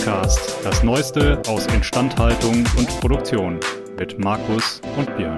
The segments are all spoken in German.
Podcast, das Neueste aus Instandhaltung und Produktion mit Markus und Björn.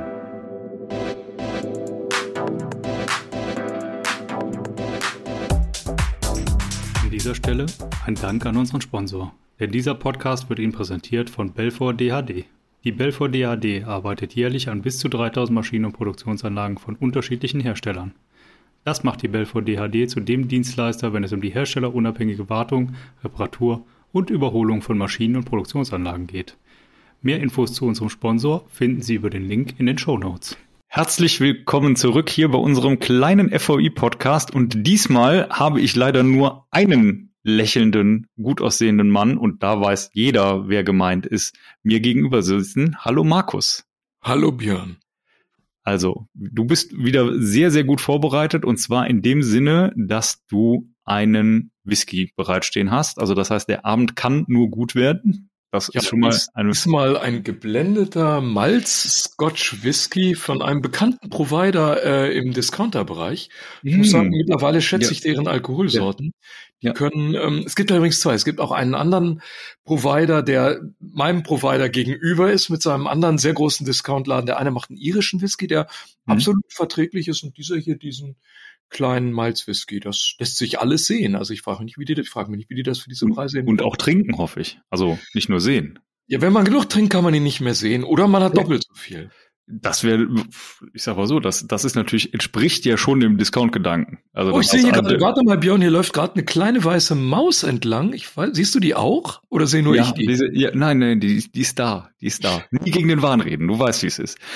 An dieser Stelle ein Dank an unseren Sponsor, denn dieser Podcast wird Ihnen präsentiert von Belfor DHD. Die Belfor DHD arbeitet jährlich an bis zu 3000 Maschinen und Produktionsanlagen von unterschiedlichen Herstellern. Das macht die Belfor DHD zu dem Dienstleister, wenn es um die herstellerunabhängige Wartung, Reparatur und Überholung von Maschinen und Produktionsanlagen geht. Mehr Infos zu unserem Sponsor finden Sie über den Link in den Shownotes. Herzlich willkommen zurück hier bei unserem kleinen FVI-Podcast und diesmal habe ich leider nur einen lächelnden, gut aussehenden Mann und da weiß jeder, wer gemeint ist, mir gegenüber sitzen. Hallo Markus. Hallo Björn. Also, du bist wieder sehr, sehr gut vorbereitet und zwar in dem Sinne, dass du einen Whisky bereitstehen hast. Also das heißt, der Abend kann nur gut werden. Das ist schon mal ein geblendeter Malz-Scotch-Whisky von einem bekannten Provider im Discounter-Bereich. Ich muss sagen, mittlerweile schätze ich deren Alkoholsorten. Die können, es gibt da übrigens zwei. Es gibt auch einen anderen Provider, der meinem Provider gegenüber ist, mit seinem anderen sehr großen Discountladen. Der eine macht einen irischen Whisky, der absolut verträglich ist und dieser hier diesen kleinen Malzwhisky. Das lässt sich alles sehen. Also ich frage mich nicht, wie die das für diese Preise und auch trinken, hoffe ich. Also nicht nur sehen. Ja, wenn man genug trinkt, kann man ihn nicht mehr sehen. Oder man hat doppelt so viel. Das wäre, ich sag mal so, das ist natürlich, entspricht ja schon dem Discount-Gedanken. Also ich sehe hier gerade, warte mal, Björn, hier läuft gerade eine kleine weiße Maus entlang. Siehst du die auch? Oder sehe nur ich die? Nein, die ist da. Nie gegen den Wahn reden, du weißt, wie es ist.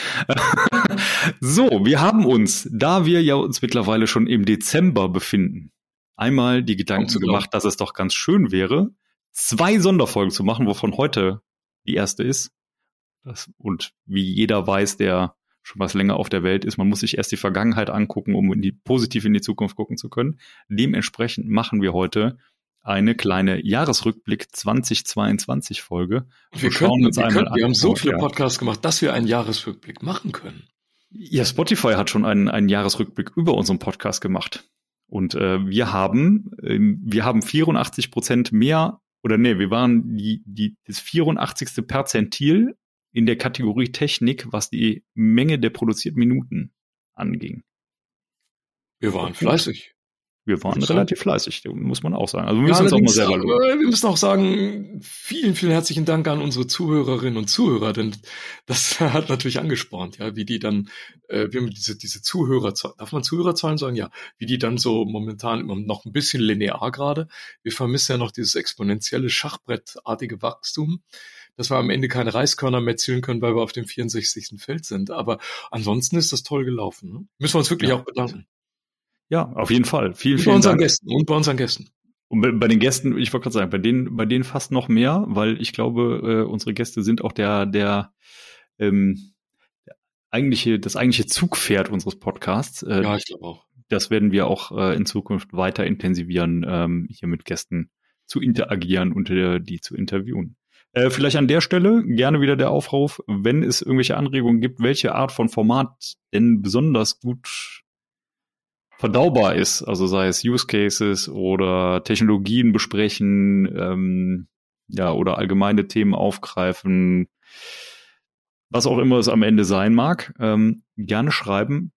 So, wir haben uns, da wir ja uns mittlerweile schon im Dezember befinden, einmal die Gedanken gemacht, dass es doch ganz schön wäre, 2 Sonderfolgen zu machen, wovon heute die erste ist. Und wie jeder weiß, der schon was länger auf der Welt ist, man muss sich erst die Vergangenheit angucken, um positiv in die Zukunft gucken zu können. Dementsprechend machen wir heute eine kleine Jahresrückblick 2022 Folge. Wir haben so viele Podcasts gemacht, dass wir einen Jahresrückblick machen können. Ja, Spotify hat schon einen Jahresrückblick über unseren Podcast gemacht. Und wir haben 84% mehr, wir waren das 84. Perzentil in der Kategorie Technik, was die Menge der produzierten Minuten anging. Wir waren fleißig. Wir waren relativ fleißig, muss man auch sagen. Also wir müssen uns auch mal selber loben. Wir müssen auch sagen, vielen, vielen herzlichen Dank an unsere Zuhörerinnen und Zuhörer, denn das hat natürlich angespornt, ja, wie die dann, wir haben diese Zuhörerzahlen, darf man Zuhörerzahlen sagen? Ja, wie die dann so momentan immer noch ein bisschen linear gerade. Wir vermissen ja noch dieses exponentielle Schachbrettartige Wachstum, dass wir am Ende keine Reiskörner mehr zählen können, weil wir auf dem 64. Feld sind. Aber ansonsten ist das toll gelaufen. Ne? Müssen wir uns wirklich auch bedanken. Ja, auf jeden Fall. Vielen Dank. Und bei unseren Gästen. Und bei den Gästen, ich wollte gerade sagen, bei denen fast noch mehr, weil ich glaube, unsere Gäste sind auch das eigentliche Zugpferd unseres Podcasts. Ja, ich glaube auch. Das werden wir auch in Zukunft weiter intensivieren, hier mit Gästen zu interagieren und die zu interviewen. Vielleicht an der Stelle gerne wieder der Aufruf, wenn es irgendwelche Anregungen gibt, welche Art von Format denn besonders gut verdaubar ist, also sei es Use Cases oder Technologien besprechen, oder allgemeine Themen aufgreifen, was auch immer es am Ende sein mag, gerne schreiben,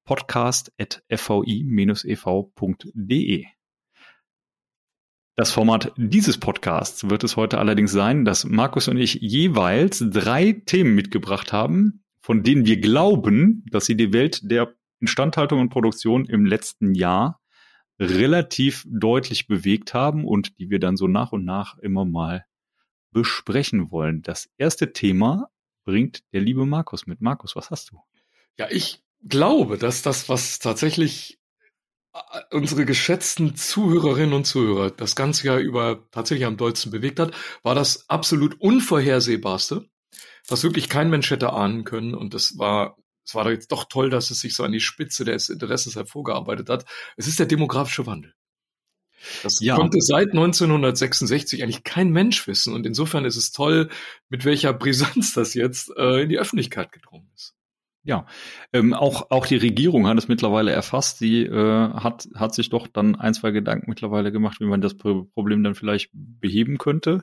podcast@fvi-ev.de. Das Format dieses Podcasts wird es heute allerdings sein, dass Markus und ich jeweils 3 Themen mitgebracht haben, von denen wir glauben, dass sie die Welt der Instandhaltung und Produktion im letzten Jahr relativ deutlich bewegt haben und die wir dann so nach und nach immer mal besprechen wollen. Das erste Thema bringt der liebe Markus mit. Markus, was hast du? Ja, ich glaube, dass das, was tatsächlich unsere geschätzten Zuhörerinnen und Zuhörer das ganze Jahr über tatsächlich am dollsten bewegt hat, war das absolut Unvorhersehbarste, was wirklich kein Mensch hätte ahnen können. Und es war doch jetzt doch toll, dass es sich so an die Spitze des Interesses hervorgearbeitet hat. Es ist der demografische Wandel. Das konnte seit 1966 eigentlich kein Mensch wissen. Und insofern ist es toll, mit welcher Brisanz das jetzt in die Öffentlichkeit gedrungen ist. Ja, auch die Regierung hat es mittlerweile erfasst. Sie hat sich doch dann 1, 2 Gedanken mittlerweile gemacht, wie man das Problem dann vielleicht beheben könnte.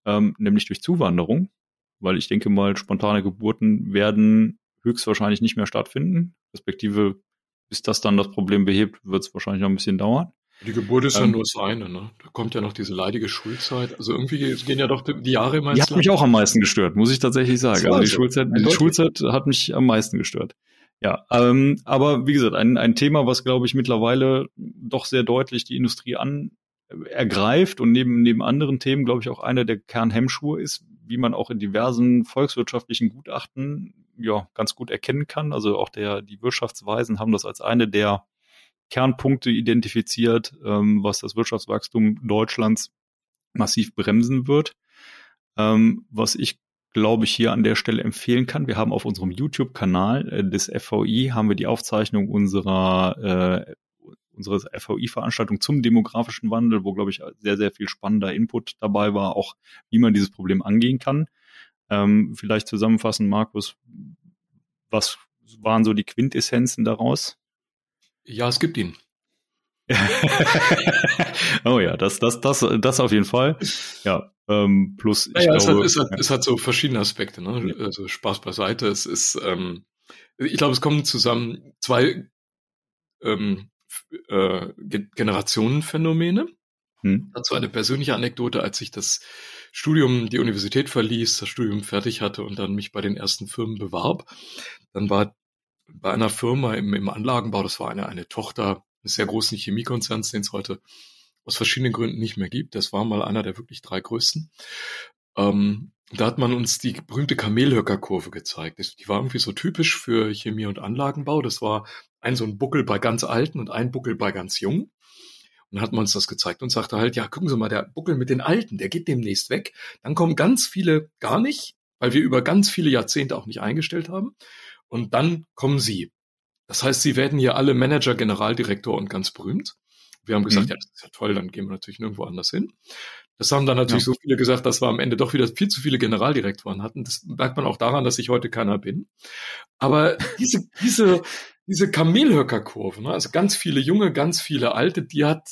nämlich durch Zuwanderung, weil ich denke mal, spontane Geburten werden höchstwahrscheinlich nicht mehr stattfinden, respektive bis das dann das Problem behebt, wird es wahrscheinlich noch ein bisschen dauern. Die Geburt ist ja nur das eine, ne? Da kommt ja noch diese leidige Schulzeit. Also irgendwie gehen ja doch die Jahre immer ins Die hat mich auch am meisten gestört, muss ich tatsächlich sagen. Also die Schulzeit hat mich am meisten gestört. Ja, aber wie gesagt, ein Thema, was, glaube ich, mittlerweile doch sehr deutlich die Industrie ergreift und neben anderen Themen, glaube ich, auch einer der Kernhemmschuhe ist, wie man auch in diversen volkswirtschaftlichen Gutachten ja ganz gut erkennen kann. Also auch die Wirtschaftsweisen haben das als eine der Kernpunkte identifiziert, was das Wirtschaftswachstum Deutschlands massiv bremsen wird. Was ich, glaube ich, hier an der Stelle empfehlen kann. Wir haben auf unserem YouTube-Kanal des FVI haben wir die Aufzeichnung unserer FVI-Veranstaltung zum demografischen Wandel, wo, glaube ich, sehr, sehr viel spannender Input dabei war, auch wie man dieses Problem angehen kann. Vielleicht zusammenfassen, Markus, was waren so die Quintessenzen daraus? Ja, es gibt ihn. Oh ja, das auf jeden Fall. Ja, plus ich glaube... Es hat so verschiedene Aspekte, ne? Ja. Also Spaß beiseite. Es ist, ich glaube, es kommen zusammen zwei Generationenphänomene. Dazu eine persönliche Anekdote, als ich das Studium, die Universität verließ, das Studium fertig hatte und dann mich bei den ersten Firmen bewarb. Dann war bei einer Firma im Anlagenbau, das war eine Tochter eines sehr großen Chemiekonzerns, den es heute aus verschiedenen Gründen nicht mehr gibt. Das war mal einer der wirklich 3 größten. Da hat man uns die berühmte Kamelhöckerkurve gezeigt. Die war irgendwie so typisch für Chemie- und Anlagenbau. Das war so ein Buckel bei ganz Alten und ein Buckel bei ganz Jungen. Und dann hat man uns das gezeigt und sagte halt, ja, gucken Sie mal, der Buckel mit den Alten, der geht demnächst weg. Dann kommen ganz viele gar nicht, weil wir über ganz viele Jahrzehnte auch nicht eingestellt haben. Und dann kommen Sie. Das heißt, Sie werden hier alle Manager, Generaldirektor und ganz berühmt. Wir haben gesagt, ja, das ist ja toll, dann gehen wir natürlich nirgendwo anders hin. Das haben dann natürlich so viele gesagt, dass wir am Ende doch wieder viel zu viele Generaldirektoren hatten. Das merkt man auch daran, dass ich heute keiner bin. Aber diese Kamelhöckerkurve, ne, also ganz viele Junge, ganz viele Alte,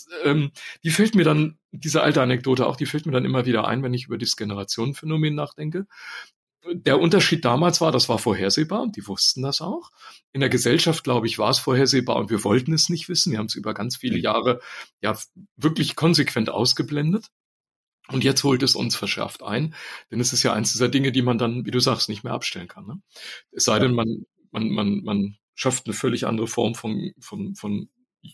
die fällt mir dann, diese alte Anekdote auch, die fällt mir dann immer wieder ein, wenn ich über dieses Generationenphänomen nachdenke. Der Unterschied damals war, das war vorhersehbar und die wussten das auch. In der Gesellschaft, glaube ich, war es vorhersehbar und wir wollten es nicht wissen. Wir haben es über ganz viele Jahre ja wirklich konsequent ausgeblendet. Und jetzt holt es uns verschärft ein, denn es ist ja eins dieser Dinge, die man dann, wie du sagst, nicht mehr abstellen kann. Ne? Es sei denn, man schafft eine völlig andere Form von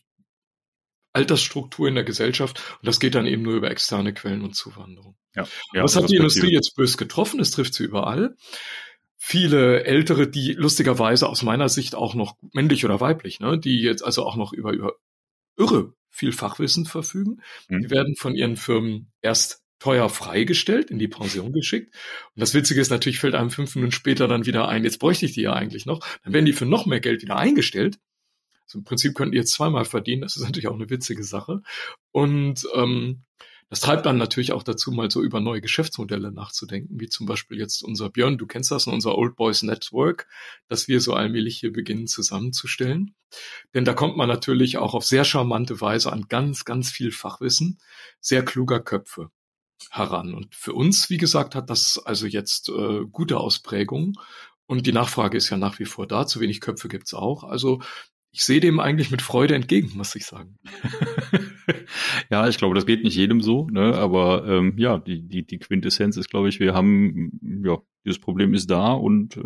Altersstruktur in der Gesellschaft und das geht dann eben nur über externe Quellen und Zuwanderung. Ja, das hat die Industrie jetzt bös getroffen, es trifft sie überall. Viele Ältere, die lustigerweise aus meiner Sicht auch noch männlich oder weiblich, ne, die jetzt also auch noch über irre viel Fachwissen verfügen, die werden von ihren Firmen erst teuer freigestellt, in die Pension geschickt. Und das Witzige ist, natürlich fällt einem 5 Minuten später dann wieder ein, jetzt bräuchte ich die ja eigentlich noch. Dann werden die für noch mehr Geld wieder eingestellt. Also im Prinzip könnten die jetzt 2-mal verdienen. Das ist natürlich auch eine witzige Sache. Und das treibt dann natürlich auch dazu, mal so über neue Geschäftsmodelle nachzudenken, wie zum Beispiel jetzt unser Björn, du kennst das, unser Old Boys Network, das wir so allmählich hier beginnen zusammenzustellen. Denn da kommt man natürlich auch auf sehr charmante Weise an ganz, ganz viel Fachwissen sehr kluger Köpfe heran. Und für uns, wie gesagt, hat das also jetzt gute Ausprägungen. Und die Nachfrage ist ja nach wie vor da. Zu wenig Köpfe gibt's auch. Also ich sehe dem eigentlich mit Freude entgegen, muss ich sagen. Ja, ich glaube, das geht nicht jedem so, ne? Aber ja, die Quintessenz ist, glaube ich, wir haben, ja, dieses Problem ist da und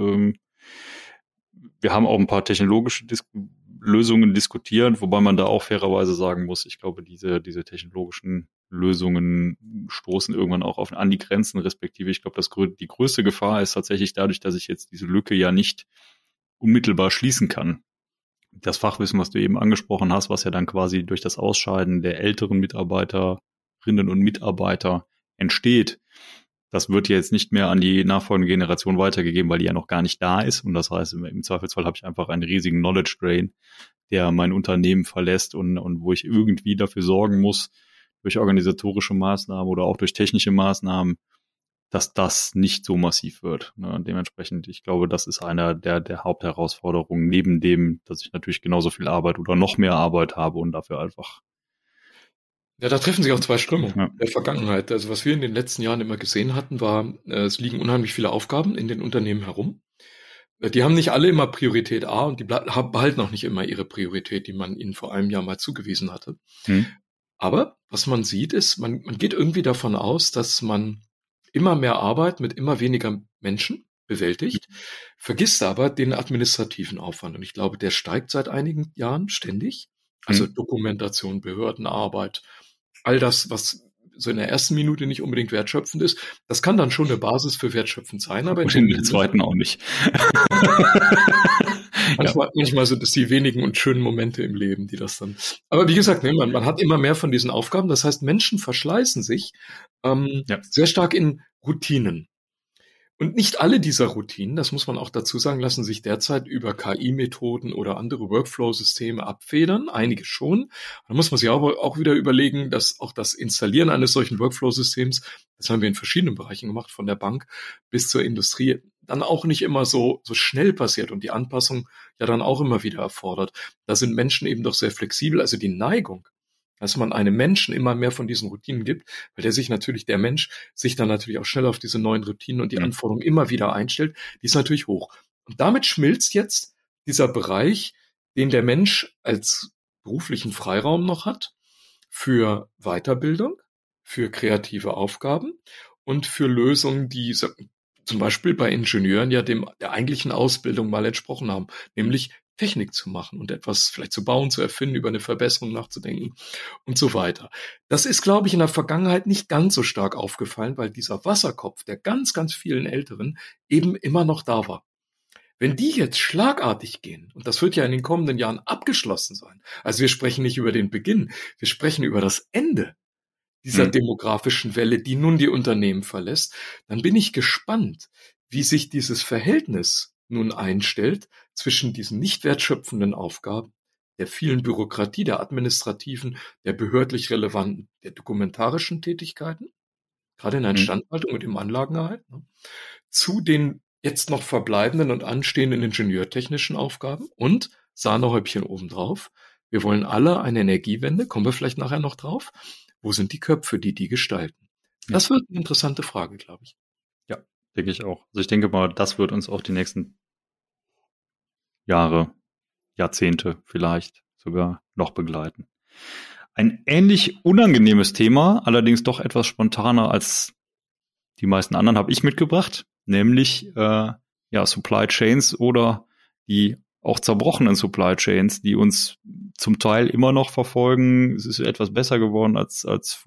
wir haben auch ein paar technologische Lösungen diskutiert, wobei man da auch fairerweise sagen muss, ich glaube, diese technologischen Lösungen stoßen irgendwann auch an die Grenzen, respektive ich glaube, die größte Gefahr ist tatsächlich dadurch, dass ich jetzt diese Lücke ja nicht unmittelbar schließen kann. Das Fachwissen, was du eben angesprochen hast, was ja dann quasi durch das Ausscheiden der älteren Mitarbeiterinnen und Mitarbeiter entsteht, das wird ja jetzt nicht mehr an die nachfolgende Generation weitergegeben, weil die ja noch gar nicht da ist. Und das heißt, im Zweifelsfall habe ich einfach einen riesigen Knowledge Drain, der mein Unternehmen verlässt und wo ich irgendwie dafür sorgen muss, durch organisatorische Maßnahmen oder auch durch technische Maßnahmen, dass das nicht so massiv wird. Ne? Dementsprechend, ich glaube, das ist einer der Hauptherausforderungen, neben dem, dass ich natürlich genauso viel Arbeit oder noch mehr Arbeit habe und dafür einfach Ja, da treffen sich auch zwei Strömungen Ja. der Vergangenheit. Also was wir in den letzten Jahren immer gesehen hatten, war, es liegen unheimlich viele Aufgaben in den Unternehmen herum. Die haben nicht alle immer Priorität A und die behalten auch nicht immer ihre Priorität, die man ihnen vor einem Jahr mal zugewiesen hatte. Aber was man sieht, ist, man geht irgendwie davon aus, dass man immer mehr Arbeit mit immer weniger Menschen bewältigt, vergisst aber den administrativen Aufwand. Und ich glaube, der steigt seit einigen Jahren ständig. Also Dokumentation, Behördenarbeit, all das, was so in der ersten Minute nicht unbedingt wertschöpfend ist, das kann dann schon eine Basis für wertschöpfend sein, aber Und in der zweiten auch nicht. Manchmal sind es die wenigen und schönen Momente im Leben, die das dann. Aber wie gesagt, man hat immer mehr von diesen Aufgaben. Das heißt, Menschen verschleißen sich sehr stark in Routinen. Und nicht alle dieser Routinen, das muss man auch dazu sagen, lassen sich derzeit über KI-Methoden oder andere Workflow-Systeme abfedern. Einige schon. Da muss man sich aber auch wieder überlegen, dass auch das Installieren eines solchen Workflow-Systems, das haben wir in verschiedenen Bereichen gemacht, von der Bank bis zur Industrie, dann auch nicht immer so schnell passiert und die Anpassung ja dann auch immer wieder erfordert. Da sind Menschen eben doch sehr flexibel. Also die Neigung, dass man einem Menschen immer mehr von diesen Routinen gibt, weil der Mensch sich dann natürlich auch schnell auf diese neuen Routinen und die Anforderungen immer wieder einstellt, die ist natürlich hoch. Und damit schmilzt jetzt dieser Bereich, den der Mensch als beruflichen Freiraum noch hat, für Weiterbildung, für kreative Aufgaben und für Lösungen, die zum Beispiel bei Ingenieuren ja der eigentlichen Ausbildung mal entsprochen haben, nämlich Technik zu machen und etwas vielleicht zu bauen, zu erfinden, über eine Verbesserung nachzudenken und so weiter. Das ist, glaube ich, in der Vergangenheit nicht ganz so stark aufgefallen, weil dieser Wasserkopf der ganz, ganz vielen Älteren eben immer noch da war. Wenn die jetzt schlagartig gehen, und das wird ja in den kommenden Jahren abgeschlossen sein, also wir sprechen nicht über den Beginn, wir sprechen über das Ende dieser demografischen Welle, die nun die Unternehmen verlässt, dann bin ich gespannt, wie sich dieses Verhältnis nun einstellt zwischen diesen nicht wertschöpfenden Aufgaben, der vielen Bürokratie, der administrativen, der behördlich relevanten, der dokumentarischen Tätigkeiten, gerade in der Instandhaltung und im Anlagenerhalt, zu den jetzt noch verbleibenden und anstehenden ingenieurtechnischen Aufgaben und Sahnehäubchen obendrauf. Wir wollen alle eine Energiewende, kommen wir vielleicht nachher noch drauf. Wo sind die Köpfe, die gestalten? Das wird eine interessante Frage, glaube ich. Ja, denke ich auch. Also ich denke mal, das wird uns auch die nächsten Jahre, Jahrzehnte vielleicht sogar noch begleiten. Ein ähnlich unangenehmes Thema, allerdings doch etwas spontaner als die meisten anderen, habe ich mitgebracht, nämlich Supply Chains oder die auch zerbrochenen Supply Chains, die uns zum Teil immer noch verfolgen. Es ist etwas besser geworden als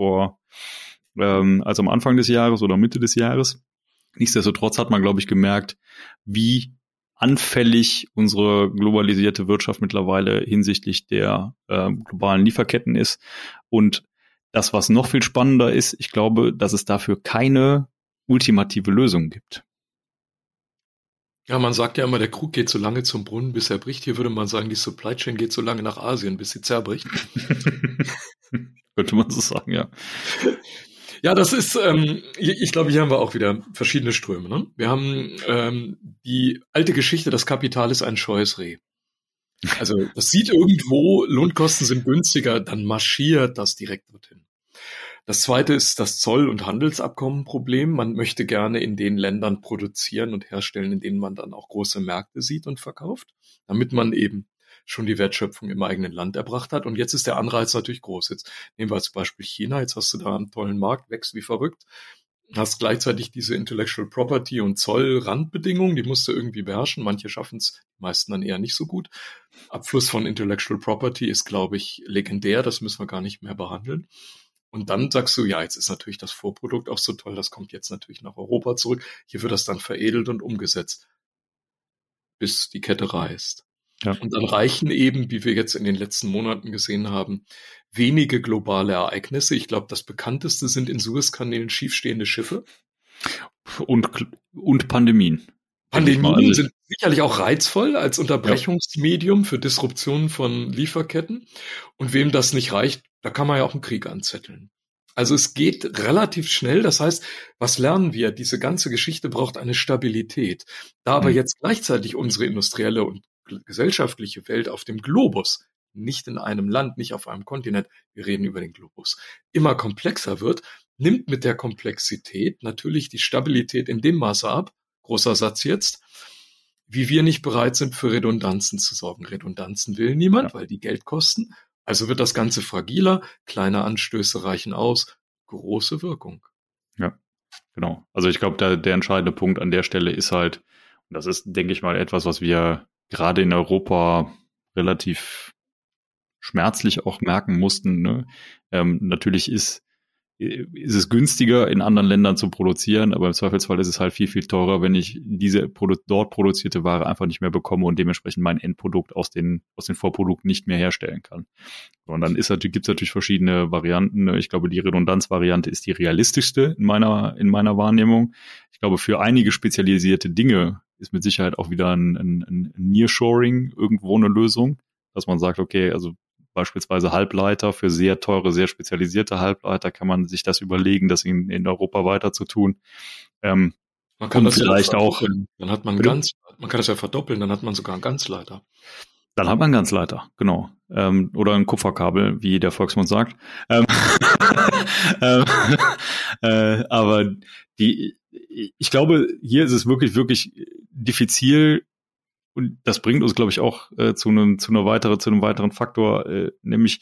am Anfang des Jahres oder Mitte des Jahres. Nichtsdestotrotz hat man, glaube ich, gemerkt, wie anfällig unsere globalisierte Wirtschaft mittlerweile hinsichtlich der globalen Lieferketten ist. Und das, was noch viel spannender ist, ich glaube, dass es dafür keine ultimative Lösung gibt. Ja, man sagt ja immer, der Krug geht so lange zum Brunnen, bis er bricht. Hier würde man sagen, die Supply Chain geht so lange nach Asien, bis sie zerbricht. Könnte man so sagen, ja. Ja, das ist, ich glaube, hier haben wir auch wieder verschiedene Ströme. Ne? Wir haben die alte Geschichte, das Kapital ist ein scheues Reh. Also das sieht irgendwo, Lohnkosten sind günstiger, dann marschiert das direkt dorthin. Das zweite ist das Zoll- und Handelsabkommenproblem. Man möchte gerne in den Ländern produzieren und herstellen, in denen man dann auch große Märkte sieht und verkauft, damit man eben schon die Wertschöpfung im eigenen Land erbracht hat. Und jetzt ist der Anreiz natürlich groß. Jetzt nehmen wir als Beispiel China. Jetzt hast du da einen tollen Markt, wächst wie verrückt. Hast gleichzeitig diese Intellectual Property und Zoll-Randbedingungen, die musst du irgendwie beherrschen. Manche schaffen es, die meisten dann eher nicht so gut. Abfluss von Intellectual Property ist, glaube ich, legendär. Das müssen wir gar nicht mehr behandeln. Und dann sagst du, ja, jetzt ist natürlich das Vorprodukt auch so toll, das kommt jetzt natürlich nach Europa zurück. Hier wird das dann veredelt und umgesetzt, bis die Kette reißt. Ja. Und dann reichen eben, wie wir jetzt in den letzten Monaten gesehen haben, wenige globale Ereignisse. Ich glaube, das bekannteste sind in Suezkanälen schiefstehende Schiffe. Und Pandemien. Pandemien sind sicherlich auch reizvoll als Unterbrechungsmedium für Disruptionen von Lieferketten. Und wem das nicht reicht, da kann man ja auch einen Krieg anzetteln. Also es geht relativ schnell. Das heißt, was lernen wir? Diese ganze Geschichte braucht eine Stabilität. Da aber jetzt gleichzeitig unsere industrielle und gesellschaftliche Welt auf dem Globus nicht in einem Land, nicht auf einem Kontinent, wir reden über den Globus, immer komplexer wird, nimmt mit der Komplexität natürlich die Stabilität in dem Maße ab, großer Satz jetzt, wie wir nicht bereit sind, für Redundanzen zu sorgen. Redundanzen will niemand, weil die Geld kosten. Also wird das Ganze fragiler, kleine Anstöße reichen aus, große Wirkung. Ja, genau. Also ich glaube, der entscheidende Punkt an der Stelle ist halt, und das ist, denke ich mal, etwas, was wir gerade in Europa relativ schmerzlich auch merken mussten. Ne? Natürlich ist es günstiger, in anderen Ländern zu produzieren, aber im Zweifelsfall ist es halt viel, viel teurer, wenn ich diese dort produzierte Ware einfach nicht mehr bekomme und dementsprechend mein Endprodukt aus den Vorprodukten nicht mehr herstellen kann. Und dann gibt es natürlich verschiedene Varianten. Ich glaube, die Redundanzvariante ist die realistischste in meiner Wahrnehmung. Ich glaube, für einige spezialisierte Dinge ist mit Sicherheit auch wieder ein Nearshoring irgendwo eine Lösung, dass man sagt, okay, also beispielsweise Halbleiter, für sehr teure, sehr spezialisierte Halbleiter kann man sich das überlegen, das in Europa weiter zu tun. Man kann das vielleicht auch, dann hat man man kann das ja verdoppeln, dann hat man sogar einen Ganzleiter. Dann hat man einen Ganzleiter, genau. Oder ein Kupferkabel, wie der Volksmund sagt. Aber ich glaube, hier ist es wirklich, wirklich diffizil. Und das bringt uns, glaube ich, auch zu einem weiteren Faktor, nämlich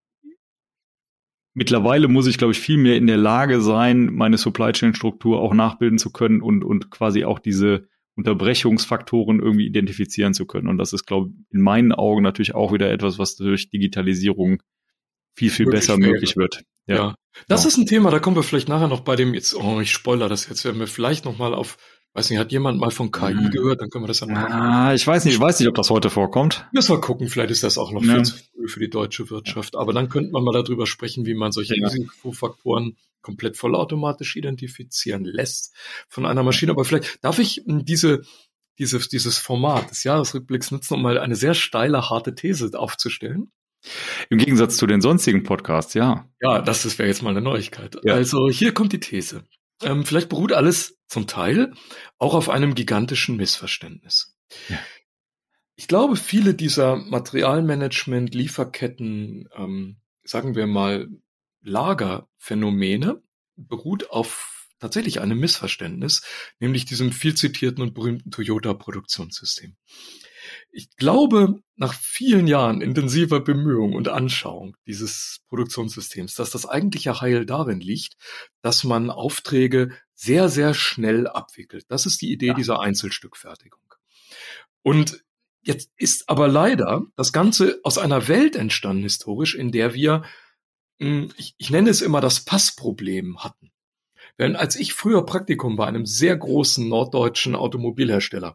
mittlerweile muss ich, glaube ich, viel mehr in der Lage sein, meine Supply Chain Struktur auch nachbilden zu können und quasi auch diese Unterbrechungsfaktoren irgendwie identifizieren zu können. Und das ist, glaube ich, in meinen Augen natürlich auch wieder etwas, was durch Digitalisierung viel, viel besser möglich wird. Ja. Das ist ein Thema, da kommen wir vielleicht nachher noch bei dem, jetzt, ich spoilere das jetzt, werden wir vielleicht noch mal weiß nicht, hat jemand mal von KI gehört? Dann können wir das dann noch. Ich weiß nicht, ob das heute vorkommt. Müssen wir gucken, vielleicht ist das auch noch viel zu früh für die deutsche Wirtschaft. Aber dann könnte man mal darüber sprechen, wie man solche Risikofaktoren komplett vollautomatisch identifizieren lässt von einer Maschine. Aber vielleicht darf ich dieses Format des Jahresrückblicks nutzen, um mal eine sehr steile, harte These aufzustellen. Im Gegensatz zu den sonstigen Podcasts, ja. Ja, das wäre jetzt mal eine Neuigkeit. Ja. Also hier kommt die These. Vielleicht beruht alles zum Teil auch auf einem gigantischen Missverständnis. Ja. Ich glaube, viele dieser Materialmanagement, Lieferketten, sagen wir mal Lagerphänomene, beruht auf tatsächlich einem Missverständnis, nämlich diesem viel zitierten und berühmten Toyota-Produktionssystem. Ich glaube, nach vielen Jahren intensiver Bemühung und Anschauung dieses Produktionssystems, dass das eigentliche Heil darin liegt, dass man Aufträge sehr, sehr schnell abwickelt. Das ist die Idee dieser Einzelstückfertigung. Und jetzt ist aber leider das Ganze aus einer Welt entstanden, historisch, in der wir, ich nenne es immer das Passproblem hatten. Denn als ich früher Praktikum bei einem sehr großen norddeutschen Automobilhersteller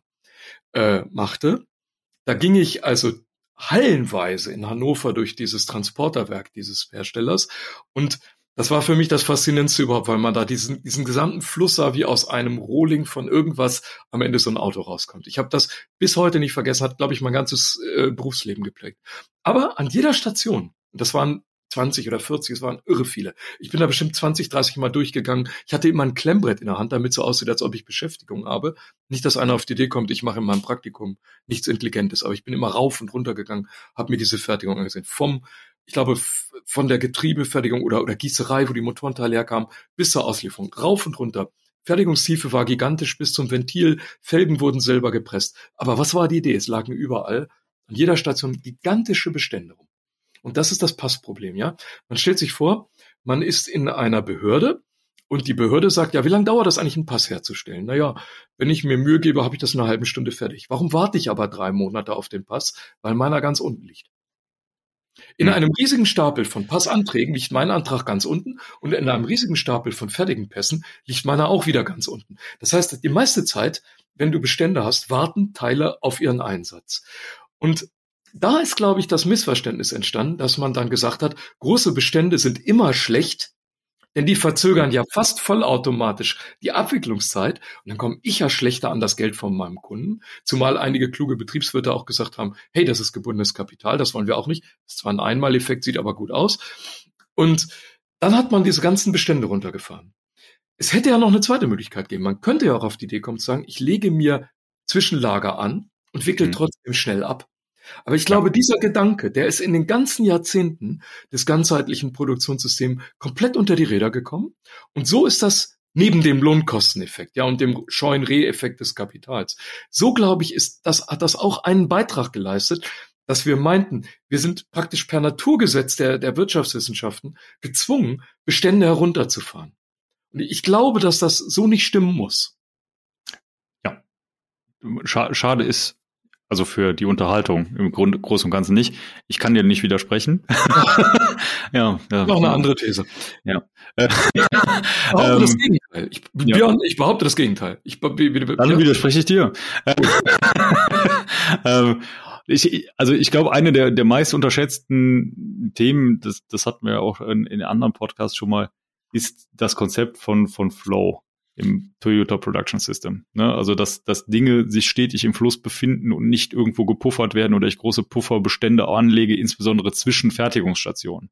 machte, da ging ich also hallenweise in Hannover durch dieses Transporterwerk dieses Herstellers und das war für mich das Faszinierendste überhaupt, weil man da diesen gesamten Fluss sah, wie aus einem Rohling von irgendwas am Ende so ein Auto rauskommt. Ich habe das bis heute nicht vergessen, hat, glaube ich, mein ganzes Berufsleben geprägt. Aber an jeder Station, und das waren 20 oder 40, es waren irre viele. Ich bin da bestimmt 20, 30 Mal durchgegangen. Ich hatte immer ein Klemmbrett in der Hand, damit so aussieht, als ob ich Beschäftigung habe. Nicht, dass einer auf die Idee kommt, ich mache in meinem Praktikum nichts Intelligentes, aber ich bin immer rauf und runter gegangen, habe mir diese Fertigung angesehen. Ich glaube, von der Getriebefertigung oder Gießerei, wo die Motorenteile herkamen, bis zur Auslieferung. Rauf und runter. Fertigungstiefe war gigantisch bis zum Ventil. Felgen wurden selber gepresst. Aber was war die Idee? Es lagen überall, an jeder Station, gigantische Bestände rum. Und das ist das Passproblem, ja. Man stellt sich vor, man ist in einer Behörde und die Behörde sagt, ja, wie lange dauert das eigentlich, einen Pass herzustellen? Naja, wenn ich mir Mühe gebe, habe ich das in einer halben Stunde fertig. Warum warte ich aber 3 Monate auf den Pass? Weil meiner ganz unten liegt. In einem riesigen Stapel von Passanträgen liegt mein Antrag ganz unten und in einem riesigen Stapel von fertigen Pässen liegt meiner auch wieder ganz unten. Das heißt, die meiste Zeit, wenn du Bestände hast, warten Teile auf ihren Einsatz. Und da ist, glaube ich, das Missverständnis entstanden, dass man dann gesagt hat, große Bestände sind immer schlecht, denn die verzögern ja fast vollautomatisch die Abwicklungszeit und dann komme ich ja schlechter an das Geld von meinem Kunden, zumal einige kluge Betriebswirte auch gesagt haben, hey, das ist gebundenes Kapital, das wollen wir auch nicht, das ist zwar ein Einmaleffekt, sieht aber gut aus und dann hat man diese ganzen Bestände runtergefahren. Es hätte ja noch eine zweite Möglichkeit geben, man könnte ja auch auf die Idee kommen zu sagen, ich lege mir Zwischenlager an und wickel trotzdem schnell ab. Aber ich glaube, dieser Gedanke, der ist in den ganzen Jahrzehnten des ganzheitlichen Produktionssystems komplett unter die Räder gekommen. Und so ist das neben dem Lohnkosteneffekt, ja, und dem Scheuen-Reh-Effekt des Kapitals. So, glaube ich, hat das auch einen Beitrag geleistet, dass wir meinten, wir sind praktisch per Naturgesetz der Wirtschaftswissenschaften gezwungen, Bestände herunterzufahren. Und ich glaube, dass das so nicht stimmen muss. Ja. Schade ist, also für die Unterhaltung im Großen und Ganzen nicht. Ich kann dir nicht widersprechen. Ja. Noch eine andere These. Ja. Das Gegenteil. Björn, ich behaupte das Gegenteil. Dann widerspreche ich dir. Ich glaube, eine der meist unterschätzten Themen, das hatten wir auch in anderen Podcasts schon mal, ist das Konzept von Flow im Toyota Production System. Ne? Also, dass Dinge sich stetig im Fluss befinden und nicht irgendwo gepuffert werden oder ich große Pufferbestände anlege, insbesondere zwischen Fertigungsstationen.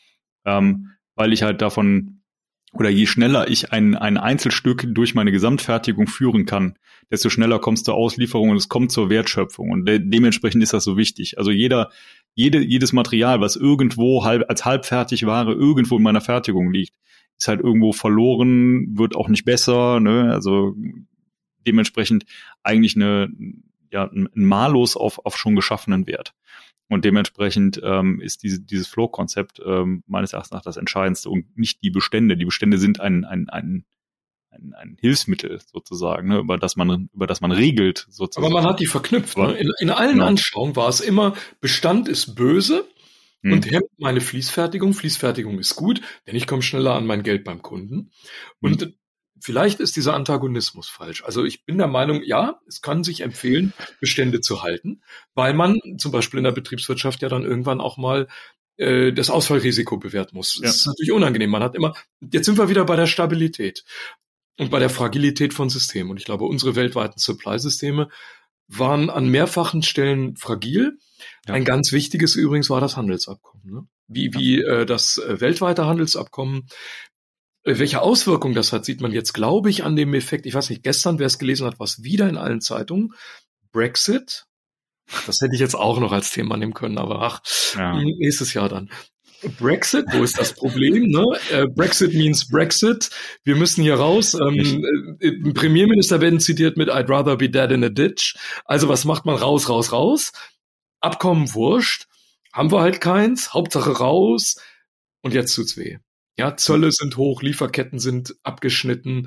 Weil ich halt davon, oder je schneller ich ein Einzelstück durch meine Gesamtfertigung führen kann, desto schneller kommst du zur Auslieferung und es kommt zur Wertschöpfung. Und dementsprechend ist das so wichtig. Also jedes Material, was irgendwo als halbfertig Ware irgendwo in meiner Fertigung liegt, ist halt irgendwo verloren, wird auch nicht besser, ne? Also dementsprechend eigentlich ein Malus auf schon geschaffenen Wert. Und dementsprechend ist dieses Flow-Konzept meines Erachtens nach das Entscheidendste und nicht die Bestände. Die Bestände sind ein Hilfsmittel sozusagen, ne, über das man regelt sozusagen. Aber man hat die verknüpft. Ne? In allen Anschauungen war es immer, Bestand ist böse und hemmt meine Fließfertigung. Fließfertigung ist gut, denn ich komme schneller an mein Geld beim Kunden. Und vielleicht ist dieser Antagonismus falsch. Also ich bin der Meinung, ja, es kann sich empfehlen, Bestände zu halten, weil man zum Beispiel in der Betriebswirtschaft ja dann irgendwann auch mal das Ausfallrisiko bewerten muss. Das ist natürlich unangenehm. Jetzt sind wir wieder bei der Stabilität und bei der Fragilität von Systemen. Und ich glaube, unsere weltweiten Supply-Systeme waren an mehrfachen Stellen fragil. Ja. Ein ganz wichtiges übrigens war das Handelsabkommen. Ne? Wie das weltweite Handelsabkommen, welche Auswirkungen das hat, sieht man jetzt, glaube ich, an dem Effekt. Ich weiß nicht, gestern, wer es gelesen hat, war es wieder in allen Zeitungen. Brexit. Das hätte ich jetzt auch noch als Thema nehmen können, aber nächstes Jahr dann. Brexit, wo ist das Problem? Ne? Brexit means Brexit. Wir müssen hier raus. Premierminister werden zitiert mit I'd rather be dead in a ditch. Also was macht man? Raus, raus, raus. Abkommen wurscht. Haben wir halt keins. Hauptsache raus. Und jetzt tut's weh. Ja, Zölle sind hoch, Lieferketten sind abgeschnitten.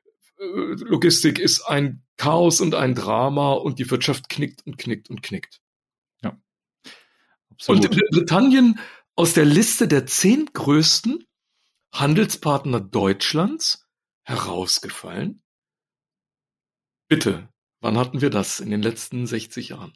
Logistik ist ein Chaos und ein Drama und die Wirtschaft knickt und knickt und knickt. Ja, absolut. Und Britannien aus der Liste der 10 größten Handelspartner Deutschlands herausgefallen. Bitte, wann hatten wir das in den letzten 60 Jahren?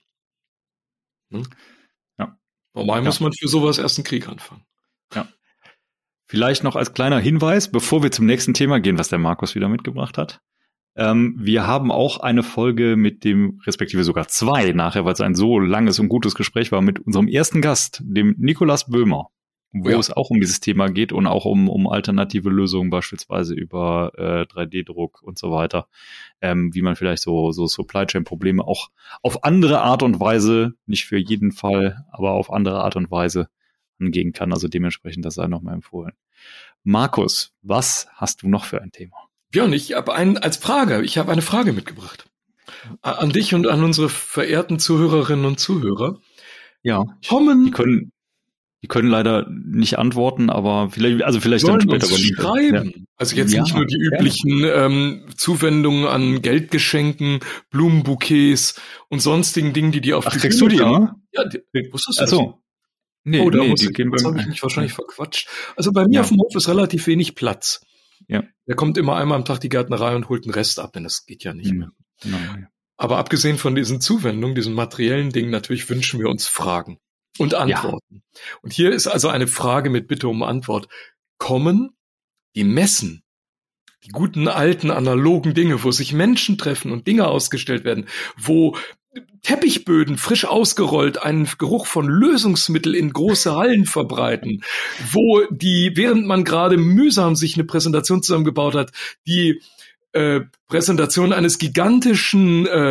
Ja. Normal muss man für sowas erst einen Krieg anfangen. Ja. Vielleicht noch als kleiner Hinweis, bevor wir zum nächsten Thema gehen, was der Markus wieder mitgebracht hat. Wir haben auch eine Folge mit dem, respektive sogar 2 nachher, weil es ein so langes und gutes Gespräch war, mit unserem ersten Gast, dem Nikolaus Böhmer, wo es auch um dieses Thema geht und auch um alternative Lösungen, beispielsweise über 3D-Druck und so weiter, wie man vielleicht so Supply Chain-Probleme auch auf andere Art und Weise, nicht für jeden Fall, aber auf andere Art und Weise angehen kann. Also dementsprechend, das sei nochmal empfohlen. Markus, was hast du noch für ein Thema? Björn, ich habe eine Frage mitgebracht. An dich und an unsere verehrten Zuhörerinnen und Zuhörer. Ja, die können leider nicht antworten, aber vielleicht dann später. Schreiben. Ja. Also jetzt nicht nur die üblichen Zuwendungen an Geldgeschenken, Blumenbouquets und sonstigen Dingen, die auf die kriegst du die immer? Ja, wusstest du das? So. Nee, das habe ich mich wahrscheinlich verquatscht. Also bei mir auf dem Hof ist relativ wenig Platz. Ja. Der kommt immer einmal am Tag die Gärtnerei und holt den Rest ab, denn das geht ja nicht mehr. Nein. Aber abgesehen von diesen Zuwendungen, diesen materiellen Dingen, natürlich wünschen wir uns Fragen und Antworten. Ja. Und hier ist also eine Frage mit Bitte um Antwort. Kommen die Messen, die guten alten analogen Dinge, wo sich Menschen treffen und Dinge ausgestellt werden, wo Teppichböden frisch ausgerollt einen Geruch von Lösungsmittel in große Hallen verbreiten, wo während man gerade mühsam sich eine Präsentation zusammengebaut hat, die Präsentation eines gigantischen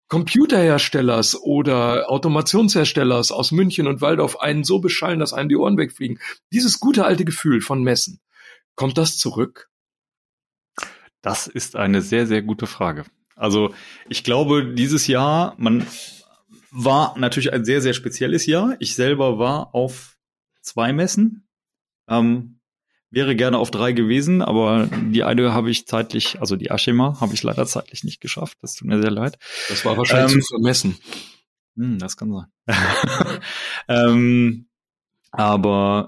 Computerherstellers oder Automationsherstellers aus München und Waldorf einen so beschallen, dass einem die Ohren wegfliegen. Dieses gute alte Gefühl von Messen, kommt das zurück? Das ist eine sehr, sehr gute Frage. Also ich glaube, dieses Jahr, war natürlich ein sehr, sehr spezielles Jahr. Ich selber war auf 2 Messen. Wäre gerne auf 3 gewesen, aber die eine habe ich zeitlich, also die Ashima, habe ich leider zeitlich nicht geschafft. Das tut mir sehr leid. Das war wahrscheinlich zu vermessen. Das kann sein. Aber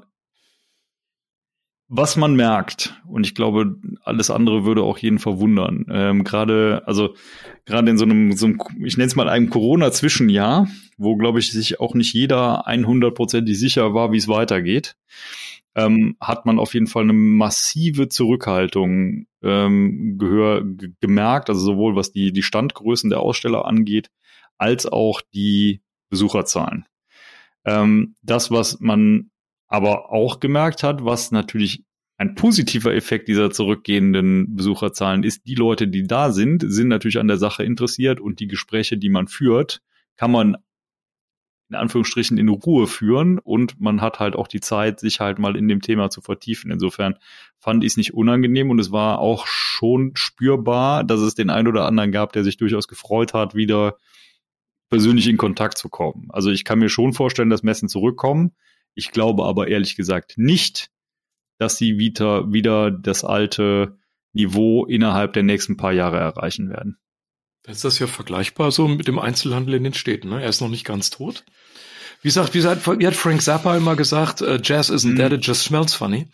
was man merkt, und ich glaube, alles andere würde auch jeden verwundern, gerade in so einem, ich nenne es mal einem Corona-Zwischenjahr, wo, glaube ich, sich auch nicht jeder 100% sicher war, wie es weitergeht, hat man auf jeden Fall eine massive Zurückhaltung gemerkt, also sowohl was die Standgrößen der Aussteller angeht, als auch die Besucherzahlen. Das, was man aber auch gemerkt hat, was natürlich ein positiver Effekt dieser zurückgehenden Besucherzahlen ist, die Leute, die da sind natürlich an der Sache interessiert und die Gespräche, die man führt, kann man in Anführungsstrichen in Ruhe führen und man hat halt auch die Zeit, sich halt mal in dem Thema zu vertiefen. Insofern fand ich es nicht unangenehm und es war auch schon spürbar, dass es den einen oder anderen gab, der sich durchaus gefreut hat, wieder persönlich in Kontakt zu kommen. Also ich kann mir schon vorstellen, dass Messen zurückkommen. Ich glaube aber ehrlich gesagt nicht, dass sie wieder das alte Niveau innerhalb der nächsten paar Jahre erreichen werden. Ist das ja vergleichbar so mit dem Einzelhandel in den Städten, ne? Er ist noch nicht ganz tot. Wie hat Frank Zappa immer gesagt, Jazz isn't dead, it just smells funny.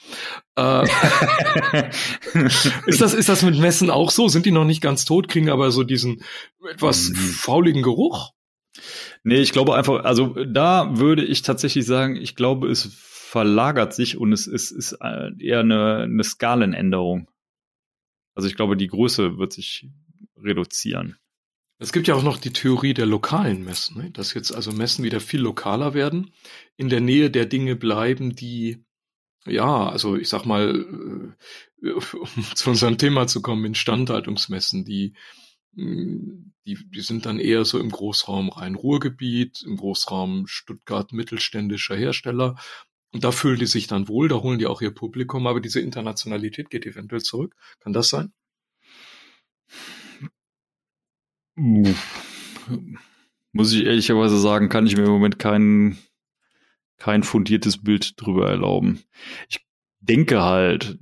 Ist das mit Messen auch so? Sind die noch nicht ganz tot, kriegen aber so diesen etwas fauligen Geruch? Nee, ich glaube einfach, also da würde ich tatsächlich sagen, ich glaube, es verlagert sich und es ist eher eine Skalenänderung. Also ich glaube, die Größe wird sich reduzieren. Es gibt ja auch noch die Theorie der lokalen Messen, ne? Dass jetzt also Messen wieder viel lokaler werden, in der Nähe der Dinge bleiben, die, ja, also ich sag mal, um zu unserem Thema zu kommen, Instandhaltungsmessen, die sind dann eher so im Großraum Rhein-Ruhr-Gebiet, im Großraum Stuttgart mittelständischer Hersteller. Und da fühlen die sich dann wohl, da holen die auch ihr Publikum, aber diese Internationalität geht eventuell zurück. Kann das sein? Muss ich ehrlicherweise sagen, kann ich mir im Moment kein fundiertes Bild drüber erlauben. Ich denke halt,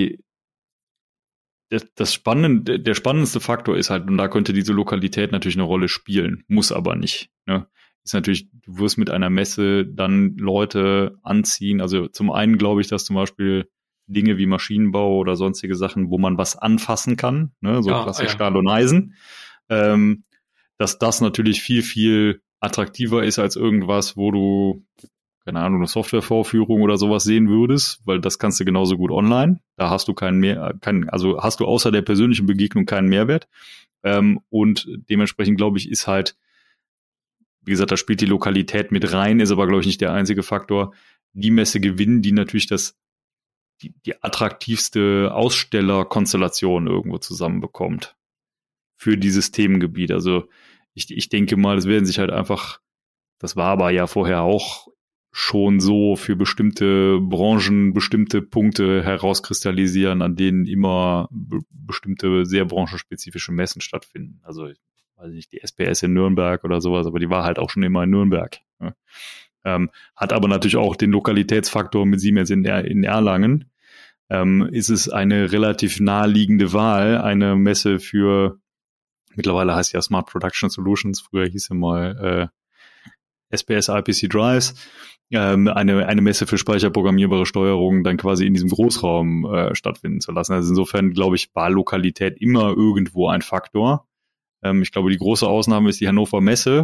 der spannendste Faktor ist halt, und da könnte diese Lokalität natürlich eine Rolle spielen, muss aber nicht, ne? Ist natürlich, du wirst mit einer Messe dann Leute anziehen. Also zum einen glaube ich, dass zum Beispiel Dinge wie Maschinenbau oder sonstige Sachen, wo man was anfassen kann, ne, so klassisch Stahl und Eisen, dass das natürlich viel, viel attraktiver ist als irgendwas, wo du, keine Ahnung, eine Softwarevorführung oder sowas sehen würdest, weil das kannst du genauso gut online. Da hast du also hast du außer der persönlichen Begegnung keinen Mehrwert. Und dementsprechend, glaube ich, ist halt, wie gesagt, da spielt die Lokalität mit rein, ist aber, glaube ich, nicht der einzige Faktor. Die Messe gewinnen, die natürlich die attraktivste Ausstellerkonstellation irgendwo zusammenbekommt für dieses Themengebiet. Also ich denke mal, es werden sich halt einfach, das war aber ja vorher auch schon so, für bestimmte Branchen bestimmte Punkte herauskristallisieren, an denen immer bestimmte sehr branchenspezifische Messen stattfinden. Also weiß nicht, die SPS in Nürnberg oder sowas, aber die war halt auch schon immer in Nürnberg. Ne? Hat aber natürlich auch den Lokalitätsfaktor mit Siemens in Erlangen. Ist es eine relativ naheliegende Wahl, eine Messe für, mittlerweile heißt ja Smart Production Solutions, früher hieß sie mal SPS IPC Drives, eine Messe für speicherprogrammierbare Steuerung dann quasi in diesem Großraum stattfinden zu lassen. Also insofern, glaube ich, war Lokalität immer irgendwo ein Faktor. Ich glaube, die große Ausnahme ist die Hannover Messe,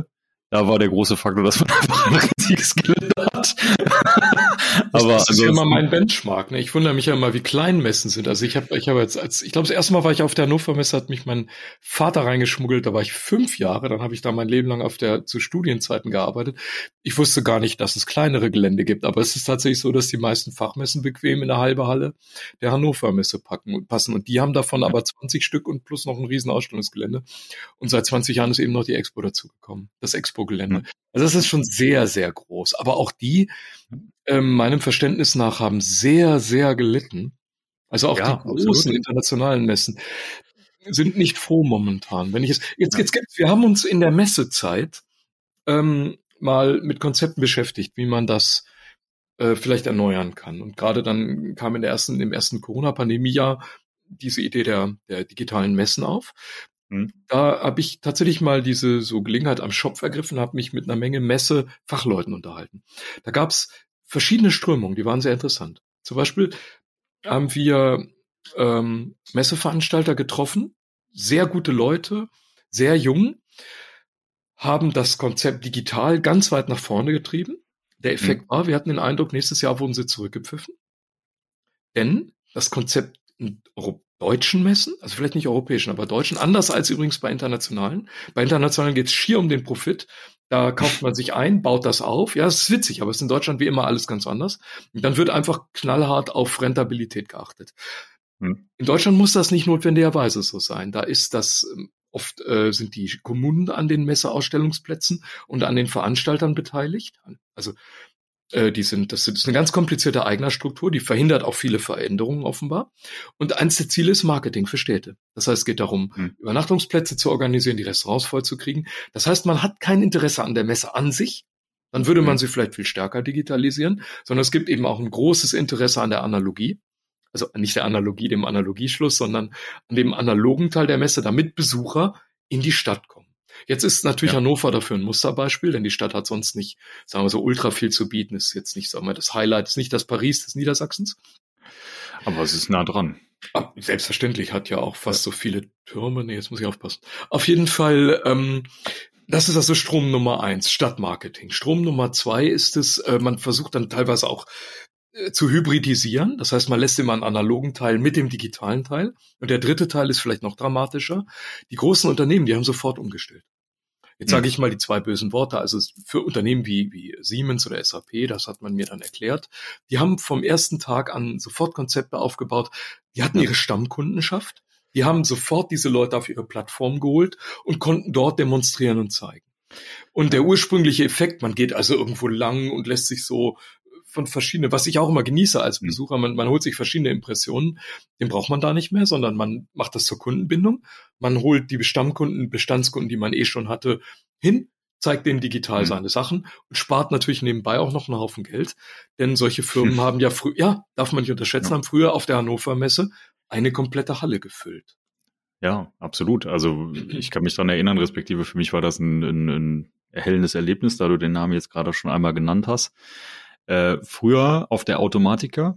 Da war der große Faktor, dass man einfach ein riesiges Gelände hat. Aber das ist ja immer mein Benchmark. Ne? Ich wundere mich ja immer, wie klein Messen sind. Also ich habe jetzt, ich glaube, das erste Mal war ich auf der Hannover Messe, hat mich mein Vater reingeschmuggelt. Da war ich 5 Jahre. Dann habe ich da mein Leben lang zu Studienzeiten gearbeitet. Ich wusste gar nicht, dass es kleinere Gelände gibt. Aber es ist tatsächlich so, dass die meisten Fachmessen bequem in eine halbe Halle der Hannover Messe passen. Und die haben davon aber 20 Stück und plus noch ein riesen Ausstellungsgelände. Und seit 20 Jahren ist eben noch die Expo dazugekommen. Das Expo-Gelände. Also das ist schon sehr, sehr groß. Aber auch die, meinem Verständnis nach, haben sehr, sehr gelitten. Also auch die großen internationalen Messen sind nicht froh momentan. Wenn ich es wir haben uns in der Messezeit mal mit Konzepten beschäftigt, wie man das vielleicht erneuern kann. Und gerade dann kam im ersten Corona-Pandemie-Jahr diese Idee der digitalen Messen auf. Da habe ich tatsächlich mal diese so Gelegenheit am Schopf ergriffen, habe mich mit einer Menge Messe-Fachleuten unterhalten. Da gab es verschiedene Strömungen, die waren sehr interessant. Zum Beispiel haben wir Messeveranstalter getroffen, sehr gute Leute, sehr jung, haben das Konzept digital ganz weit nach vorne getrieben. Der Effekt war, wir hatten den Eindruck, nächstes Jahr wurden sie zurückgepfiffen. Denn das Konzept in deutschen Messen, also vielleicht nicht europäischen, aber deutschen, anders als übrigens bei internationalen. Bei internationalen geht es schier um den Profit. Da kauft man sich ein, baut das auf. Ja, es ist witzig, aber es ist in Deutschland wie immer alles ganz anders. Und dann wird einfach knallhart auf Rentabilität geachtet. In Deutschland muss das nicht notwendigerweise so sein. Da ist das oft sind die Kommunen an den Messeausstellungsplätzen und an den Veranstaltern beteiligt. Also das ist eine ganz komplizierte Eignerstruktur, die verhindert auch viele Veränderungen offenbar. Und eins der Ziele ist Marketing für Städte. Das heißt, es geht darum, Übernachtungsplätze zu organisieren, die Restaurants vollzukriegen. Das heißt, man hat kein Interesse an der Messe an sich. Dann würde man sie vielleicht viel stärker digitalisieren, sondern es gibt eben auch ein großes Interesse an der Analogie. Also nicht der Analogie, dem Analogieschluss, sondern an dem analogen Teil der Messe, damit Besucher in die Stadt kommen. Jetzt ist natürlich Hannover dafür ein Musterbeispiel, denn die Stadt hat sonst nicht, sagen wir so, ultra viel zu bieten. Ist jetzt nicht, sagen wir, das Highlight ist nicht das Paris des Niedersachsens. Aber es ist nah dran. Selbstverständlich hat ja auch fast so viele Türme. Nee, jetzt muss ich aufpassen. Auf jeden Fall, das ist also Strom Nummer 1, Stadtmarketing. Strom Nummer 2 ist es, man versucht dann teilweise auch zu hybridisieren. Das heißt, man lässt immer einen analogen Teil mit dem digitalen Teil. Und der dritte Teil ist vielleicht noch dramatischer. Die großen Unternehmen, die haben sofort umgestellt. Jetzt sage ich mal die 2 bösen Worte. Also für Unternehmen wie Siemens oder SAP, das hat man mir dann erklärt, die haben vom ersten Tag an sofort Konzepte aufgebaut. Die hatten ihre Stammkundenschaft. Die haben sofort diese Leute auf ihre Plattform geholt und konnten dort demonstrieren und zeigen. Und der ursprüngliche Effekt, man geht also irgendwo lang und lässt sich so von verschiedenen, was ich auch immer genieße als Besucher, man holt sich verschiedene Impressionen, den braucht man da nicht mehr, sondern man macht das zur Kundenbindung, man holt die Bestandskunden, die man schon hatte, hin, zeigt denen digital seine Sachen und spart natürlich nebenbei auch noch einen Haufen Geld, denn solche Firmen haben ja darf man nicht unterschätzen, haben früher auf der Hannover Messe eine komplette Halle gefüllt. Ja, absolut. Also ich kann mich daran erinnern, respektive für mich war das ein erhellendes Erlebnis, da du den Namen jetzt gerade schon einmal genannt hast. Früher auf der Automatica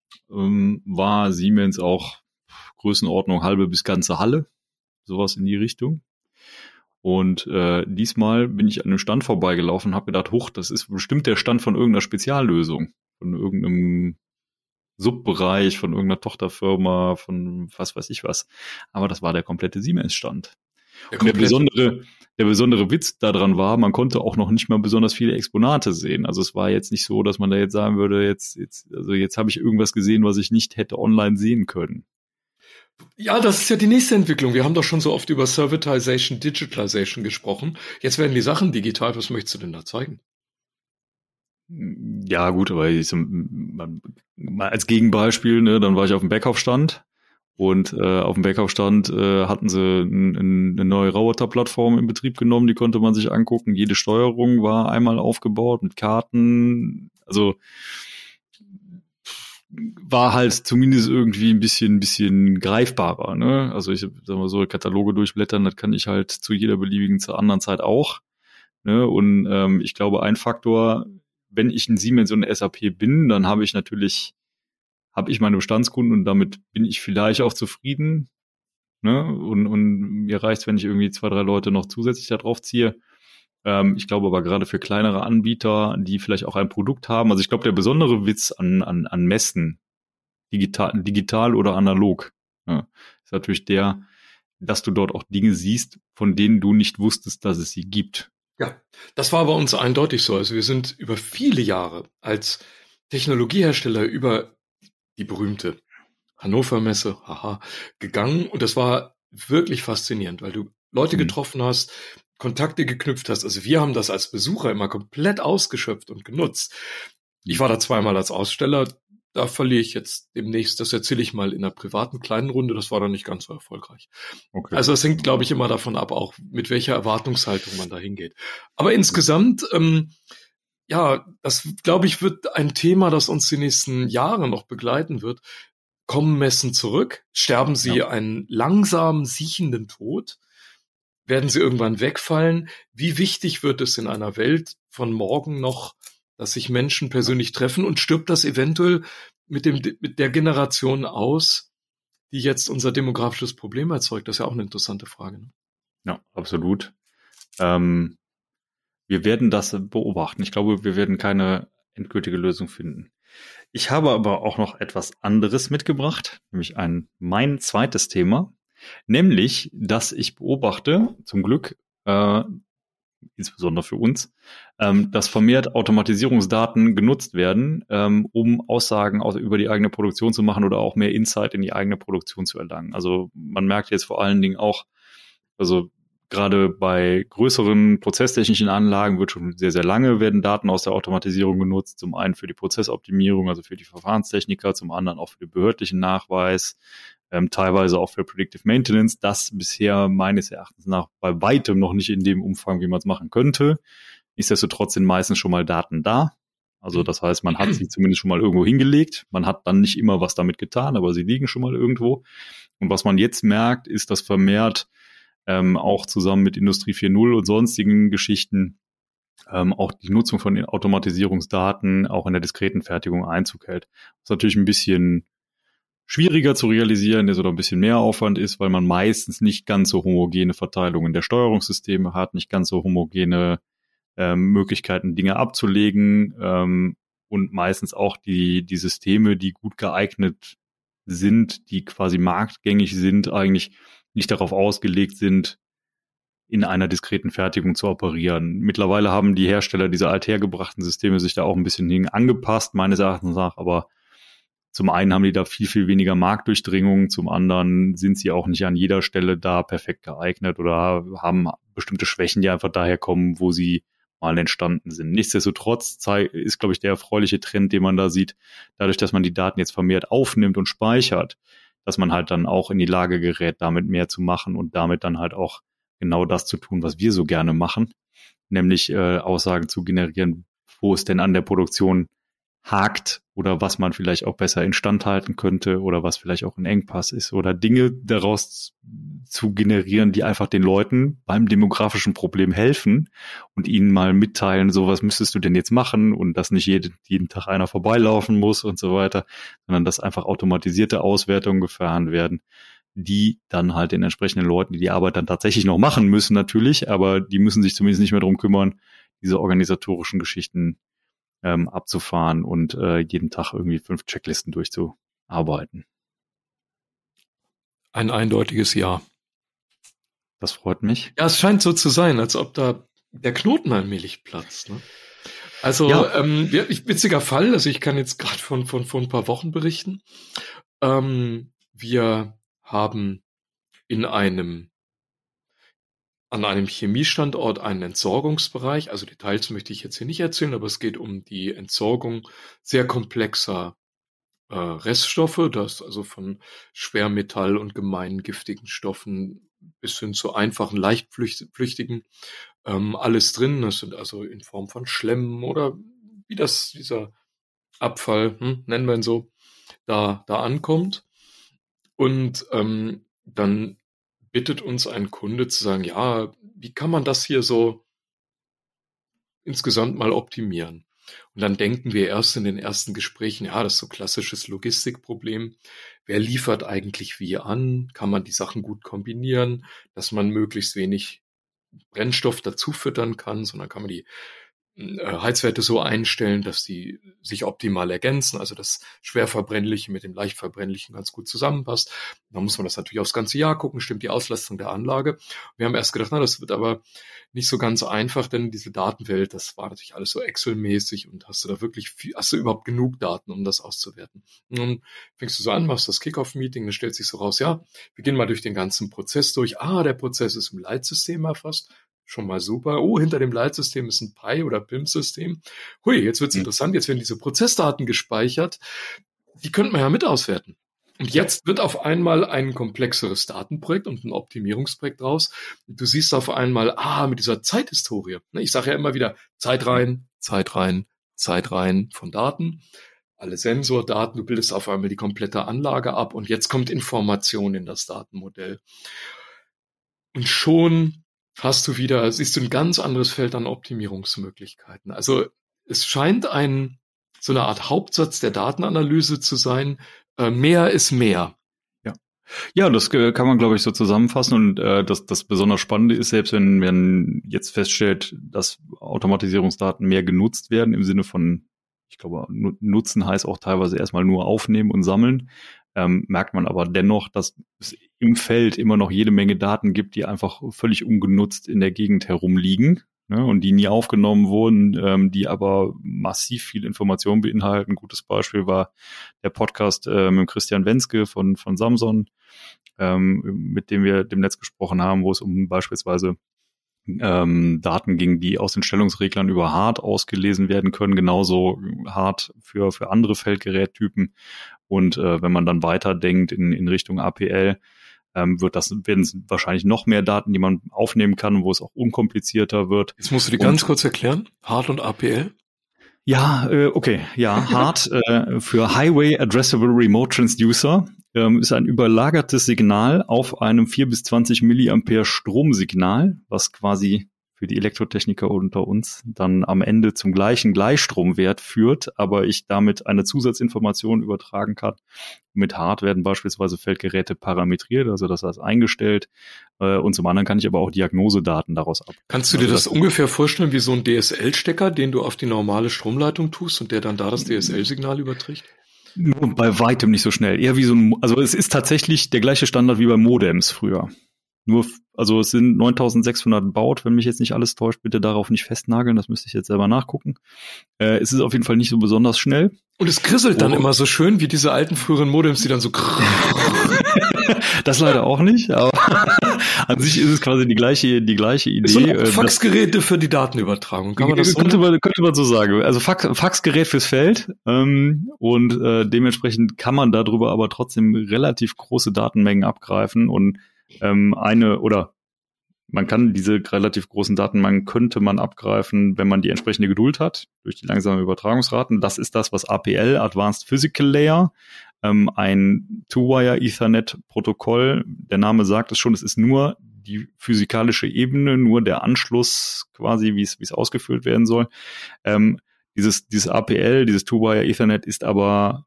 war Siemens auch Größenordnung halbe bis ganze Halle, sowas in die Richtung. Und diesmal bin ich an einem Stand vorbeigelaufen und habe gedacht, huch, das ist bestimmt der Stand von irgendeiner Speziallösung, von irgendeinem Subbereich, von irgendeiner Tochterfirma, von was weiß ich was. Aber das war der komplette Siemens-Stand. Der besondere Witz daran war, man konnte auch noch nicht mal besonders viele Exponate sehen. Also es war jetzt nicht so, dass man da jetzt sagen würde, jetzt habe ich irgendwas gesehen, was ich nicht hätte online sehen können. Ja, das ist ja die nächste Entwicklung. Wir haben doch schon so oft über Servitization, Digitalization gesprochen. Jetzt werden die Sachen digital. Was möchtest du denn da zeigen? Ja, gut, aber mal als Gegenbeispiel, ne, dann war ich auf dem Backaufstand und auf dem Backaufstand hatten sie eine neue Roboter-Plattform in Betrieb genommen, die konnte man sich angucken. Jede Steuerung war einmal aufgebaut mit Karten, also war halt zumindest irgendwie ein bisschen greifbarer, ne? Also ich sag mal so, Kataloge durchblättern, das kann ich halt zu jeder beliebigen zur anderen Zeit auch, ne? Und ich glaube, ein Faktor, wenn ich ein Siemens und ein SAP bin, dann habe ich meine Bestandskunden und damit bin ich vielleicht auch zufrieden, ne? Und mir reicht's, wenn ich irgendwie 2, 3 Leute noch zusätzlich da drauf ziehe. Ich glaube aber gerade für kleinere Anbieter, die vielleicht auch ein Produkt haben, also ich glaube, der besondere Witz an Messen, digital oder analog, ja, ist natürlich der, dass du dort auch Dinge siehst, von denen du nicht wusstest, dass es sie gibt. Ja, das war bei uns eindeutig so. Also wir sind über viele Jahre als Technologiehersteller über die berühmte Hannover Messe, haha, gegangen und das war wirklich faszinierend, weil du Leute getroffen hast, Kontakte geknüpft hast. Also wir haben das als Besucher immer komplett ausgeschöpft und genutzt. Ich war da zweimal als Aussteller. Da verliere ich jetzt demnächst, das erzähle ich mal in einer privaten kleinen Runde, das war dann nicht ganz so erfolgreich. Okay. Also es hängt, glaube ich, immer davon ab, auch mit welcher Erwartungshaltung man da hingeht. Aber insgesamt, ja, das, glaube ich, wird ein Thema, das uns die nächsten Jahre noch begleiten wird. Kommen Messen zurück? Sterben sie einen langsam siechenden Tod? Werden sie irgendwann wegfallen? Wie wichtig wird es in einer Welt von morgen noch, dass sich Menschen persönlich treffen und stirbt das eventuell mit der Generation aus, die jetzt unser demografisches Problem erzeugt? Das ist ja auch eine interessante Frage. Ne? Ja, absolut. Wir werden das beobachten. Ich glaube, wir werden keine endgültige Lösung finden. Ich habe aber auch noch etwas anderes mitgebracht, nämlich mein zweites Thema, nämlich, dass ich beobachte, zum Glück, insbesondere für uns, dass vermehrt Automatisierungsdaten genutzt werden, um Aussagen über die eigene Produktion zu machen oder auch mehr Insight in die eigene Produktion zu erlangen. Also man merkt jetzt vor allen Dingen auch, also gerade bei größeren prozesstechnischen Anlagen wird schon sehr, sehr lange werden Daten aus der Automatisierung genutzt. Zum einen für die Prozessoptimierung, also für die Verfahrenstechniker, zum anderen auch für den behördlichen Nachweis, teilweise auch für Predictive Maintenance. Das bisher meines Erachtens nach bei weitem noch nicht in dem Umfang, wie man es machen könnte. Nichtsdestotrotz sind meistens schon mal Daten da. Also das heißt, man hat sie zumindest schon mal irgendwo hingelegt. Man hat dann nicht immer was damit getan, aber sie liegen schon mal irgendwo. Und was man jetzt merkt, ist, dass vermehrt auch zusammen mit Industrie 4.0 und sonstigen Geschichten auch die Nutzung von Automatisierungsdaten auch in der diskreten Fertigung Einzug hält. Was natürlich ein bisschen schwieriger zu realisieren ist oder ein bisschen mehr Aufwand ist, weil man meistens nicht ganz so homogene Verteilungen der Steuerungssysteme hat, nicht ganz so homogene Möglichkeiten, Dinge abzulegen und meistens auch die Systeme, die gut geeignet sind, die quasi marktgängig sind, eigentlich nicht darauf ausgelegt sind, in einer diskreten Fertigung zu operieren. Mittlerweile haben die Hersteller dieser althergebrachten Systeme sich da auch ein bisschen angepasst, meines Erachtens nach, aber zum einen haben die da viel, viel weniger Marktdurchdringung, zum anderen sind sie auch nicht an jeder Stelle da perfekt geeignet oder haben bestimmte Schwächen, die einfach daher kommen, wo sie mal entstanden sind. Nichtsdestotrotz ist, glaube ich, der erfreuliche Trend, den man da sieht, dadurch, dass man die Daten jetzt vermehrt aufnimmt und speichert, dass man halt dann auch in die Lage gerät, damit mehr zu machen und damit dann halt auch genau das zu tun, was wir so gerne machen, nämlich Aussagen zu generieren, wo es denn an der Produktion hakt oder was man vielleicht auch besser instand halten könnte oder was vielleicht auch ein Engpass ist oder Dinge daraus zu generieren, die einfach den Leuten beim demografischen Problem helfen und ihnen mal mitteilen, so was müsstest du denn jetzt machen und dass nicht jeden Tag einer vorbeilaufen muss und so weiter, sondern dass einfach automatisierte Auswertungen gefahren werden, die dann halt den entsprechenden Leuten, die Arbeit dann tatsächlich noch machen müssen natürlich, aber die müssen sich zumindest nicht mehr darum kümmern, diese organisatorischen Geschichten abzufahren und jeden Tag irgendwie 5 Checklisten durchzuarbeiten. Ein eindeutiges Ja. Das freut mich. Ja, es scheint so zu sein, als ob da der Knoten allmählich platzt. Ne? Also ja. Witziger Fall, also ich kann jetzt gerade von ein paar Wochen berichten. Wir haben an einem Chemiestandort einen Entsorgungsbereich, also Details möchte ich jetzt hier nicht erzählen, aber es geht um die Entsorgung sehr komplexer Reststoffe, das also von Schwermetall und gemeinen giftigen Stoffen bis hin zu einfachen, leicht flüchtigen, alles drin. Das sind also in Form von Schlemmen oder wie dieser Abfall, nennen wir ihn so, da ankommt. Und dann bittet uns ein Kunde zu sagen, ja, wie kann man das hier so insgesamt mal optimieren? Und dann denken wir erst in den ersten Gesprächen, ja, das ist so klassisches Logistikproblem. Wer liefert eigentlich wie an? Kann man die Sachen gut kombinieren, dass man möglichst wenig Brennstoff dazu füttern kann, sondern kann man die Heizwerte so einstellen, dass die sich optimal ergänzen, also das Schwerverbrennliche mit dem Leichtverbrennlichen ganz gut zusammenpasst. Dann muss man das natürlich aufs ganze Jahr gucken, stimmt die Auslastung der Anlage. Wir haben erst gedacht, das wird aber nicht so ganz einfach, denn diese Datenwelt, das war natürlich alles so Excel-mäßig und hast du überhaupt genug Daten, um das auszuwerten? Und dann fängst du so an, machst das Kickoff-Meeting, dann stellt sich so raus, ja, wir gehen mal durch den ganzen Prozess durch. Der Prozess ist im Leitsystem erfasst. Schon mal super. Hinter dem Leitsystem ist ein PI- oder PIM-System. Jetzt wird's interessant. Jetzt werden diese Prozessdaten gespeichert. Die könnte man ja mit auswerten. Und jetzt wird auf einmal ein komplexeres Datenprojekt und ein Optimierungsprojekt draus. Und du siehst auf einmal, mit dieser Zeithistorie. Ich sage ja immer wieder, Zeit rein von Daten. Alle Sensordaten. Du bildest auf einmal die komplette Anlage ab. Und jetzt kommt Information in das Datenmodell. Und schon siehst du ein ganz anderes Feld an Optimierungsmöglichkeiten. Also es scheint so eine Art Hauptsatz der Datenanalyse zu sein, mehr ist mehr. Ja, das kann man, glaube ich, so zusammenfassen. Und das besonders Spannende ist, selbst wenn man jetzt feststellt, dass Automatisierungsdaten mehr genutzt werden, im Sinne von, ich glaube, nutzen heißt auch teilweise erstmal nur aufnehmen und sammeln, merkt man aber dennoch, dass es im Feld immer noch jede Menge Daten gibt, die einfach völlig ungenutzt in der Gegend herumliegen, ne, und die nie aufgenommen wurden, die aber massiv viel Information beinhalten. Ein gutes Beispiel war der Podcast mit Christian Wenske von Samson, mit dem wir demnächst gesprochen haben, wo es um beispielsweise Daten ging, die aus den Stellungsreglern über HART ausgelesen werden können, genauso HART für andere Feldgerättypen. Und wenn man dann weiterdenkt in Richtung APL, werden es wahrscheinlich noch mehr Daten, die man aufnehmen kann, wo es auch unkomplizierter wird. Jetzt musst du dir ganz kurz erklären, HART und APL? Ja, okay. Ja, HART für Highway Addressable Remote Transducer ist ein überlagertes Signal auf einem 4 bis 20 Milliampere Stromsignal, was quasi für die Elektrotechniker unter uns dann am Ende zum gleichen Gleichstromwert führt, aber ich damit eine Zusatzinformation übertragen kann. Mit HART werden beispielsweise Feldgeräte parametriert, also das heißt eingestellt, und zum anderen kann ich aber auch Diagnosedaten daraus ab. Kannst du dir das ungefähr vorstellen wie so ein DSL-Stecker, den du auf die normale Stromleitung tust und der dann da das DSL-Signal überträgt? Nur bei weitem nicht so schnell. Eher wie also es ist tatsächlich der gleiche Standard wie bei Modems früher. Also es sind 9600 baut, wenn mich jetzt nicht alles täuscht, bitte darauf nicht festnageln, das müsste ich jetzt selber nachgucken. Es ist auf jeden Fall nicht so besonders schnell. Und es krisselt dann immer so schön wie diese alten früheren Modems, die dann so Das leider auch nicht, aber an sich ist es quasi die gleiche Idee. So Faxgeräte für die Datenübertragung, kann man das so könnte man so sagen. Also Faxgerät fürs Feld, und dementsprechend kann man darüber aber trotzdem relativ große Datenmengen abgreifen und man kann diese relativ großen Datenmengen könnte man abgreifen, wenn man die entsprechende Geduld hat, durch die langsamen Übertragungsraten. Das ist das, was APL, Advanced Physical Layer, ein Two-Wire Ethernet Protokoll, der Name sagt es schon, es ist nur die physikalische Ebene, nur der Anschluss quasi, wie es ausgeführt werden soll. Dieses APL, dieses Two-Wire Ethernet ist aber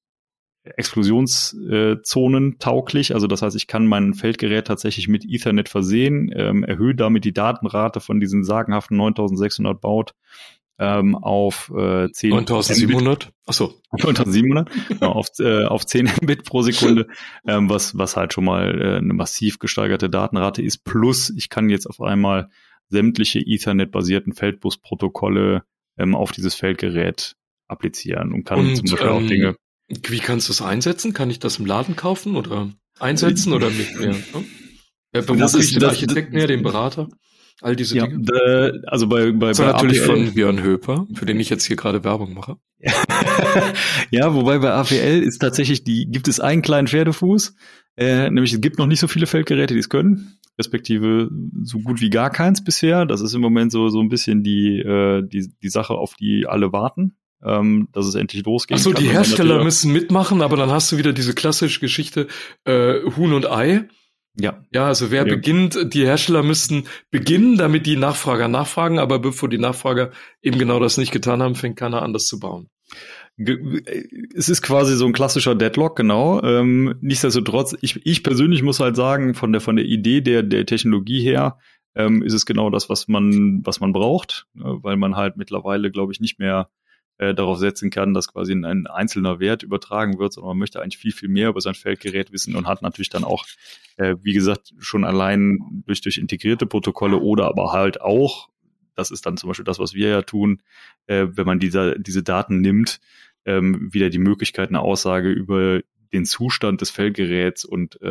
Explosionszonen tauglich, also das heißt, ich kann mein Feldgerät tatsächlich mit Ethernet versehen, erhöhe damit die Datenrate von diesen sagenhaften 9600 Baud auf 10 9700? Achso. 9700, genau, auf 10 Mbit pro Sekunde, was halt schon mal eine massiv gesteigerte Datenrate ist, plus ich kann jetzt auf einmal sämtliche Ethernet-basierten Feldbus-Protokolle auf dieses Feldgerät applizieren und kann zum Beispiel auch Dinge. Wie kannst du es einsetzen? Kann ich das im Laden kaufen oder einsetzen oder mit mir? Wo kriege ich den Architekten her, den Berater? All diese Dinge? Also bei natürlich APL, von Björn Höper, für den ich jetzt hier gerade Werbung mache. Ja, wobei bei APL ist tatsächlich gibt es einen kleinen Pferdefuß, nämlich es gibt noch nicht so viele Feldgeräte, die es können, respektive so gut wie gar keins bisher. Das ist im Moment so ein bisschen die Sache, auf die alle warten. Dass es endlich losgeht. Achso, die Hersteller müssen mitmachen, aber dann hast du wieder diese klassische Geschichte Huhn und Ei. Ja. Ja, also wer beginnt, die Hersteller müssten beginnen, damit die Nachfrager nachfragen, aber bevor die Nachfrager eben genau das nicht getan haben, fängt keiner an, das zu bauen. Es ist quasi so ein klassischer Deadlock, genau. Nichtsdestotrotz, ich persönlich muss halt sagen, von der Idee der Technologie her, ist es genau das, was man braucht, weil man halt mittlerweile, glaube ich, nicht mehr darauf setzen kann, dass quasi ein einzelner Wert übertragen wird, sondern man möchte eigentlich viel, viel mehr über sein Feldgerät wissen und hat natürlich dann auch, wie gesagt, schon allein durch integrierte Protokolle oder aber halt auch, das ist dann zum Beispiel das, was wir ja tun, wenn man diese Daten nimmt, wieder die Möglichkeit, eine Aussage über den Zustand des Feldgeräts und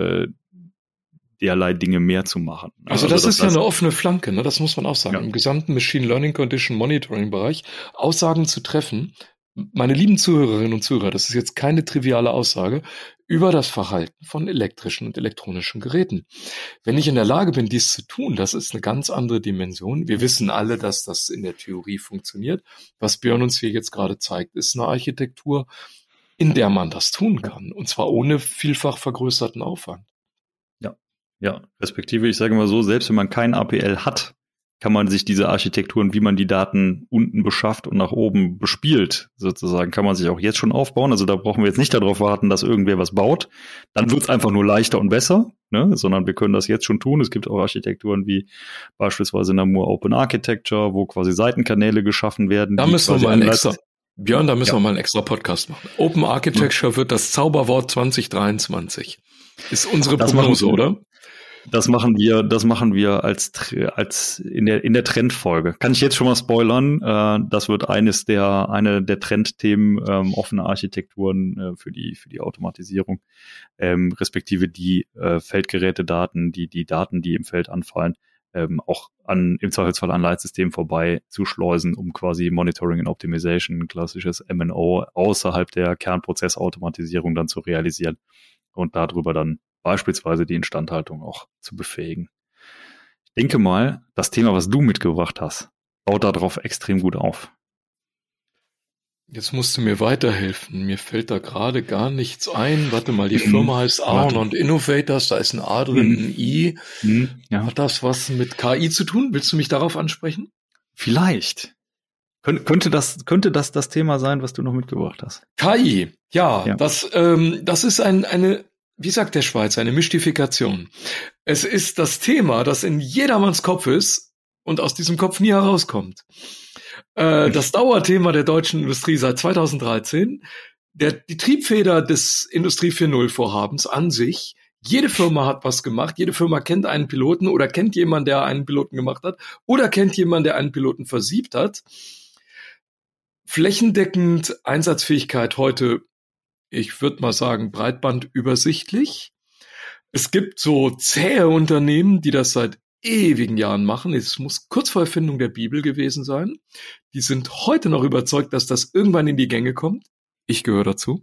derlei Dinge mehr zu machen. Also das ist ja eine offene Flanke, ne? Das muss man auch sagen. Ja. Im gesamten Machine Learning Condition Monitoring Bereich Aussagen zu treffen. Meine lieben Zuhörerinnen und Zuhörer, das ist jetzt keine triviale Aussage über das Verhalten von elektrischen und elektronischen Geräten. Wenn ich in der Lage bin, dies zu tun, das ist eine ganz andere Dimension. Wir wissen alle, dass das in der Theorie funktioniert. Was Björn uns hier jetzt gerade zeigt, ist eine Architektur, in der man das tun kann. Und zwar ohne vielfach vergrößerten Aufwand. Ja, respektive, ich sage mal so, selbst wenn man kein APL hat, kann man sich diese Architekturen, wie man die Daten unten beschafft und nach oben bespielt, sozusagen, kann man sich auch jetzt schon aufbauen. Also da brauchen wir jetzt nicht darauf warten, dass irgendwer was baut. Dann wird es einfach nur leichter und besser, ne? Sondern wir können das jetzt schon tun. Es gibt auch Architekturen wie beispielsweise Namur Open Architecture, wo quasi Seitenkanäle geschaffen werden. Da müssen wir mal wir mal einen extra Podcast machen. Open Architecture wird das Zauberwort 2023. Ist unsere Prognose, oder? Das machen wir als in der Trendfolge. Kann ich jetzt schon mal spoilern? Das wird eine der Trendthemen, offene Architekturen für die Automatisierung, respektive die Feldgerätedaten, die Daten, die im Feld anfallen, auch im Zweifelsfall an Leitsystemen vorbei zu schleusen, um quasi Monitoring and Optimization, klassisches MNO, außerhalb der Kernprozessautomatisierung dann zu realisieren und darüber dann beispielsweise die Instandhaltung auch zu befähigen. Ich denke mal, das Thema, was du mitgebracht hast, baut darauf extrem gut auf. Jetzt musst du mir weiterhelfen. Mir fällt da gerade gar nichts ein. Warte mal, die Firma heißt Aaron & Innovators, da ist ein A drin, ein I. Ja. Hat das was mit KI zu tun? Willst du mich darauf ansprechen? Vielleicht. Könnte das Thema sein, was du noch mitgebracht hast? KI, ja. Das ist eine, wie sagt der Schweizer, eine Mystifikation. Es ist das Thema, das in jedermanns Kopf ist und aus diesem Kopf nie herauskommt. Das Dauerthema der deutschen Industrie seit 2013, die Triebfeder des Industrie 4.0 Vorhabens an sich. Jede Firma hat was gemacht, jede Firma kennt einen Piloten oder kennt jemanden, der einen Piloten gemacht hat oder kennt jemanden, der einen Piloten versiebt hat. Flächendeckend Einsatzfähigkeit heute, ich würde mal sagen, breitbandübersichtlich. Es gibt so zähe Unternehmen, die das seit ewigen Jahren machen. Es muss kurz vor Erfindung der Bibel gewesen sein. Die sind heute noch überzeugt, dass das irgendwann in die Gänge kommt. Ich gehöre dazu.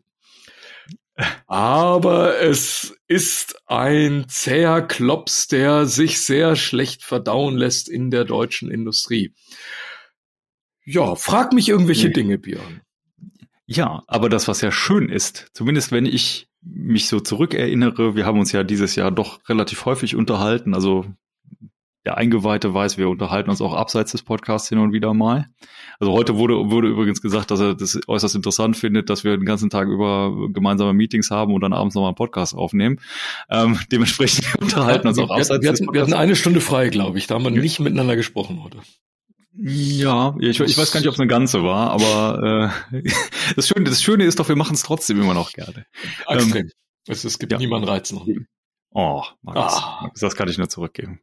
Aber es ist ein zäher Klops, der sich sehr schlecht verdauen lässt in der deutschen Industrie. Ja, frag mich irgendwelche Dinge, Björn. Ja, aber das, was ja schön ist, zumindest wenn ich mich so zurückerinnere, wir haben uns ja dieses Jahr doch relativ häufig unterhalten, also der Eingeweihte weiß, wir unterhalten uns auch abseits des Podcasts hin und wieder mal. Also heute wurde übrigens gesagt, dass er das äußerst interessant findet, dass wir den ganzen Tag über gemeinsame Meetings haben und dann abends nochmal einen Podcast aufnehmen. Dementsprechend unterhalten uns auch abseits des Podcasts. Wir hatten eine Stunde frei, glaube ich, da haben wir nicht miteinander gesprochen heute. Ja, ich weiß gar nicht, ob es eine ganze war, aber das Schöne ist doch, wir machen es trotzdem immer noch gerne. Extrem. Es gibt niemanden reizen. Oh, Markus, das kann ich nur zurückgeben.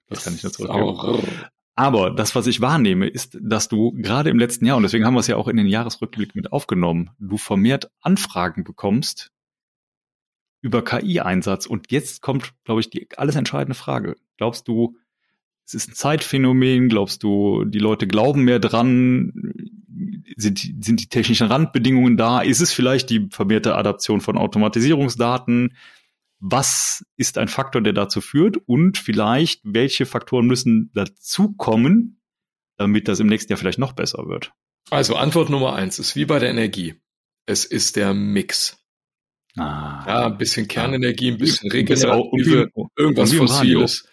Aber das, was ich wahrnehme, ist, dass du gerade im letzten Jahr, und deswegen haben wir es ja auch in den Jahresrückblick mit aufgenommen, du vermehrt Anfragen bekommst über KI-Einsatz. Und jetzt kommt, glaube ich, die alles entscheidende Frage. Glaubst du, es ist ein Zeitphänomen? Glaubst du, die Leute glauben mehr dran? Sind die technischen Randbedingungen da? Ist es vielleicht die vermehrte Adaption von Automatisierungsdaten? Was ist ein Faktor, der dazu führt? Und vielleicht, welche Faktoren müssen dazukommen, damit das im nächsten Jahr vielleicht noch besser wird? Also Antwort Nummer 1 ist wie bei der Energie. Es ist der Mix. Ja, ein bisschen Kernenergie, ein bisschen regenerative, irgendwas Fossiles.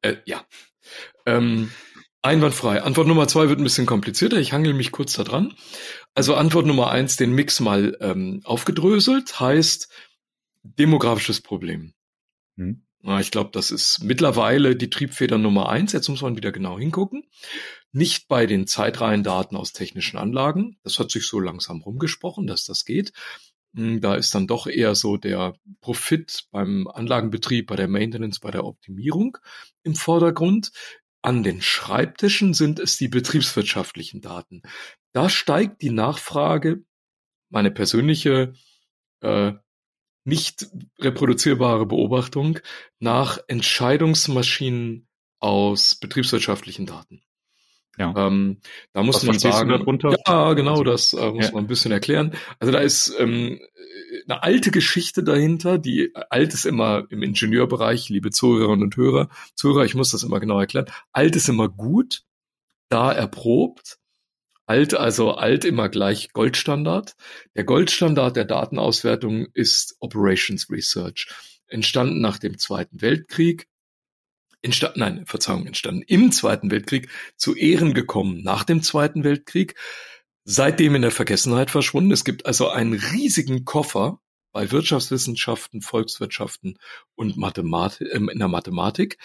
Einwandfrei. Antwort Nummer 2 wird ein bisschen komplizierter. Ich hangel mich kurz da dran. Also Antwort Nummer 1, den Mix mal aufgedröselt, heißt demografisches Problem. Ich glaube, das ist mittlerweile die Triebfeder Nummer 1. Jetzt muss man wieder genau hingucken. Nicht bei den Zeitreihendaten aus technischen Anlagen. Das hat sich so langsam rumgesprochen, dass das geht. Da ist dann doch eher so der Profit beim Anlagenbetrieb, bei der Maintenance, bei der Optimierung im Vordergrund. An den Schreibtischen sind es die betriebswirtschaftlichen Daten. Da steigt die Nachfrage, meine persönliche nicht reproduzierbare Beobachtung, nach Entscheidungsmaschinen aus betriebswirtschaftlichen Daten. Ja. Da muss man sagen, darunter? Ja, genau, das muss man ein bisschen erklären. Also da ist eine alte Geschichte dahinter, die alt ist immer im Ingenieurbereich, liebe Zuhörerinnen und Zuhörer, ich muss das immer genau erklären. Alt ist immer gut, da erprobt. Alt immer gleich Goldstandard. Der Goldstandard der Datenauswertung ist Operations Research. Entstanden nach dem Zweiten Weltkrieg. Entstanden im Zweiten Weltkrieg, zu Ehren gekommen nach dem Zweiten Weltkrieg, seitdem in der Vergessenheit verschwunden. Es gibt also einen riesigen Koffer bei Wirtschaftswissenschaften, Volkswirtschaften und in der Mathematik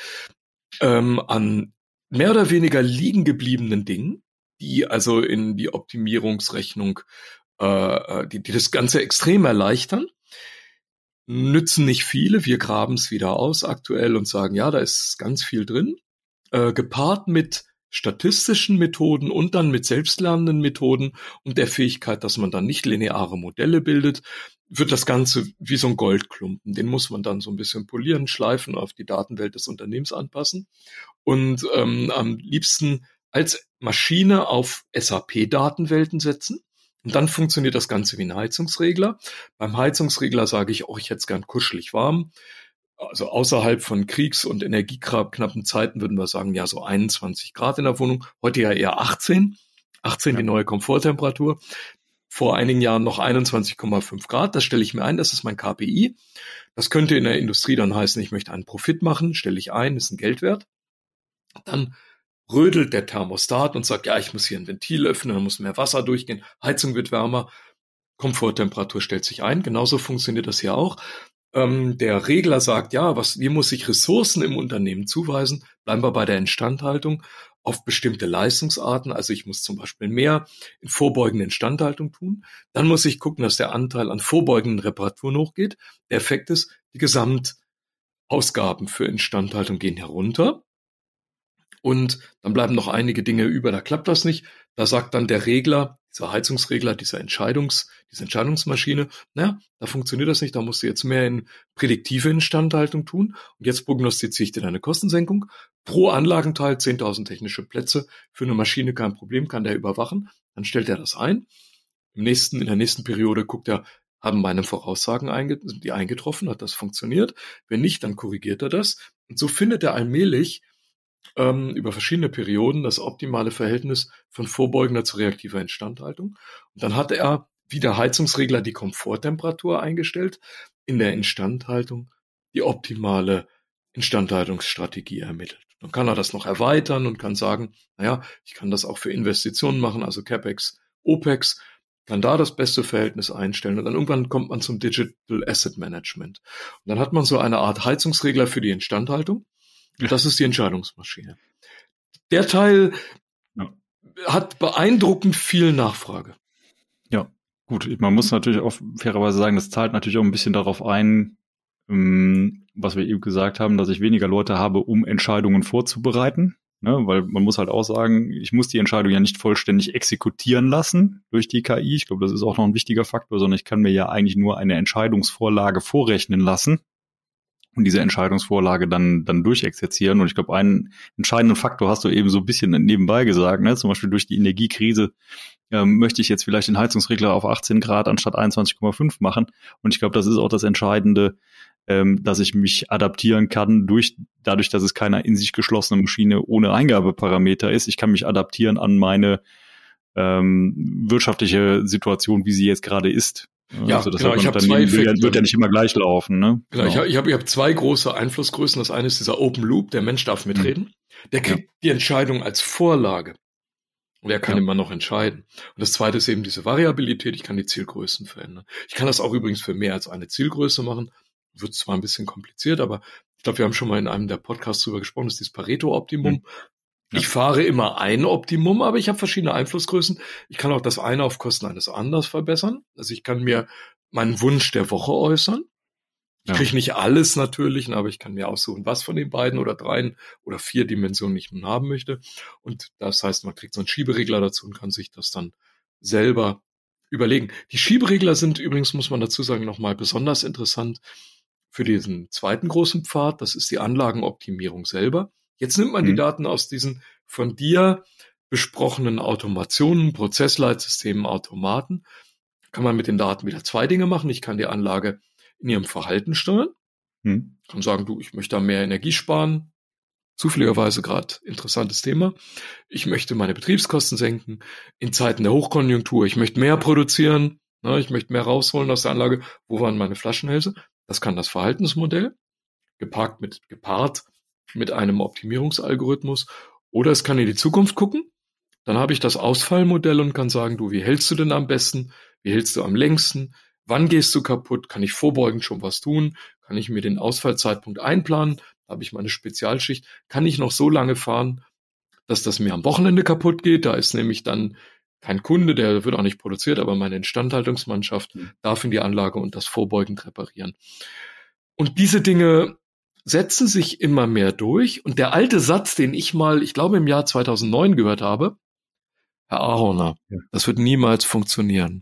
an mehr oder weniger liegen gebliebenen Dingen, die also in die Optimierungsrechnung, die das Ganze extrem erleichtern. Nützen nicht viele, wir graben es wieder aus aktuell und sagen, ja, da ist ganz viel drin, gepaart mit statistischen Methoden und dann mit selbstlernenden Methoden und der Fähigkeit, dass man dann nicht lineare Modelle bildet, wird das Ganze wie so ein Goldklumpen. Den muss man dann so ein bisschen polieren, schleifen, auf die Datenwelt des Unternehmens anpassen und am liebsten als Maschine auf SAP-Datenwelten setzen. Und dann funktioniert das Ganze wie ein Heizungsregler. Beim Heizungsregler sage ich, ich hätte es gern kuschelig warm. Also außerhalb von Kriegs- und energieknappen Zeiten würden wir sagen, ja, so 21 Grad in der Wohnung. Heute ja eher 18. 18 die neue Komforttemperatur. Vor einigen Jahren noch 21,5 Grad. Das stelle ich mir ein, das ist mein KPI. Das könnte in der Industrie dann heißen, ich möchte einen Profit machen, stelle ich ein, ist ein Geldwert. Dann rödelt der Thermostat und sagt, ja, ich muss hier ein Ventil öffnen, dann muss mehr Wasser durchgehen, Heizung wird wärmer, Komforttemperatur stellt sich ein. Genauso funktioniert das hier auch. Der Regler sagt, ja, wie muss ich Ressourcen im Unternehmen zuweisen? Bleiben wir bei der Instandhaltung auf bestimmte Leistungsarten. Also ich muss zum Beispiel mehr in vorbeugende Instandhaltung tun. Dann muss ich gucken, dass der Anteil an vorbeugenden Reparaturen hochgeht. Der Effekt ist, die Gesamtausgaben für Instandhaltung gehen herunter. Und dann bleiben noch einige Dinge über, da klappt das nicht. Da sagt dann der Regler, dieser Heizungsregler, diese Entscheidungsmaschine, da funktioniert das nicht, da musst du jetzt mehr in prädiktive Instandhaltung tun. Und jetzt prognostiziere ich dir deine Kostensenkung. Pro Anlagenteil 10.000 technische Plätze. Für eine Maschine kein Problem, kann der überwachen. Dann stellt er das ein. In der nächsten Periode guckt er, haben meine Voraussagen sind die eingetroffen, hat das funktioniert? Wenn nicht, dann korrigiert er das. Und so findet er allmählich über verschiedene Perioden das optimale Verhältnis von vorbeugender zu reaktiver Instandhaltung. Und dann hat er, wie der Heizungsregler, die Komforttemperatur eingestellt, in der Instandhaltung die optimale Instandhaltungsstrategie ermittelt. Dann kann er das noch erweitern und kann sagen, ich kann das auch für Investitionen machen, also CapEx, OpEx, kann da das beste Verhältnis einstellen und dann irgendwann kommt man zum Digital Asset Management. Und dann hat man so eine Art Heizungsregler für die Instandhaltung. Das ist die Entscheidungsmaschine. Der Teil hat beeindruckend viel Nachfrage. Ja, gut. Man muss natürlich auch fairerweise sagen, das zahlt natürlich auch ein bisschen darauf ein, was wir eben gesagt haben, dass ich weniger Leute habe, um Entscheidungen vorzubereiten. Ne? Weil man muss halt auch sagen, ich muss die Entscheidung ja nicht vollständig exekutieren lassen durch die KI. Ich glaube, das ist auch noch ein wichtiger Faktor, sondern ich kann mir ja eigentlich nur eine Entscheidungsvorlage vorrechnen lassen. Und diese Entscheidungsvorlage dann durchexerzieren. Und ich glaube, einen entscheidenden Faktor hast du eben so ein bisschen nebenbei gesagt, ne? Zum Beispiel durch die Energiekrise möchte ich jetzt vielleicht den Heizungsregler auf 18 Grad anstatt 21,5 machen. Und ich glaube, das ist auch das Entscheidende, dass ich mich adaptieren kann dadurch, dass es keine in sich geschlossene Maschine ohne Eingabeparameter ist. Ich kann mich adaptieren an meine wirtschaftliche Situation, wie sie jetzt gerade ist. Ja, also das ich habe zwei Effekte. Wird ja nicht immer gleich laufen, ne? Genau. Ich habe zwei große Einflussgrößen. Das eine ist dieser Open Loop, der Mensch darf mitreden. Der kriegt die Entscheidung als Vorlage. Und er kann immer noch entscheiden. Und das zweite ist eben diese Variabilität. Ich kann die Zielgrößen verändern. Ich kann das auch übrigens für mehr als eine Zielgröße machen. Wird zwar ein bisschen kompliziert, aber Ich glaube, wir haben schon mal in einem der Podcasts drüber gesprochen, das ist dieses Pareto-Optimum. Ja. Ich fahre immer ein Optimum, aber ich habe verschiedene Einflussgrößen. Ich kann auch das eine auf Kosten eines anderen verbessern. Also ich kann mir meinen Wunsch der Woche äußern. Ich kriege nicht alles natürlich, aber ich kann mir aussuchen, was von den beiden oder 3 oder 4 Dimensionen ich nun haben möchte. Und das heißt, man kriegt so einen Schieberegler dazu und kann sich das dann selber überlegen. Die Schieberegler sind übrigens, muss man dazu sagen, nochmal besonders interessant für diesen zweiten großen Pfad. Das ist die Anlagenoptimierung selber. Jetzt nimmt man die Daten aus diesen von dir besprochenen Automationen, Prozessleitsystemen, Automaten. Kann man mit den Daten wieder 2 Dinge machen. Ich kann die Anlage in ihrem Verhalten steuern. Kann sagen, du, ich möchte da mehr Energie sparen. Zufälligerweise gerade interessantes Thema. Ich möchte meine Betriebskosten senken. In Zeiten der Hochkonjunktur, ich möchte mehr produzieren. Ich möchte mehr rausholen aus der Anlage. Wo waren meine Flaschenhälse? Das kann das Verhaltensmodell, gepaart mit einem Optimierungsalgorithmus. Oder es kann in die Zukunft gucken. Dann habe ich das Ausfallmodell und kann sagen, du, wie hältst du denn am besten? Wie hältst du am längsten? Wann gehst du kaputt? Kann ich vorbeugend schon was tun? Kann ich mir den Ausfallzeitpunkt einplanen? Da habe ich meine Spezialschicht. Kann ich noch so lange fahren, dass das mir am Wochenende kaputt geht? Da ist nämlich dann kein Kunde, der wird auch nicht produziert, aber meine Instandhaltungsmannschaft darf in die Anlage und das vorbeugend reparieren. Und diese Dinge setzen sich immer mehr durch. Und der alte Satz, den ich glaube im Jahr 2009 gehört habe, Herr Ahorner, das wird niemals funktionieren.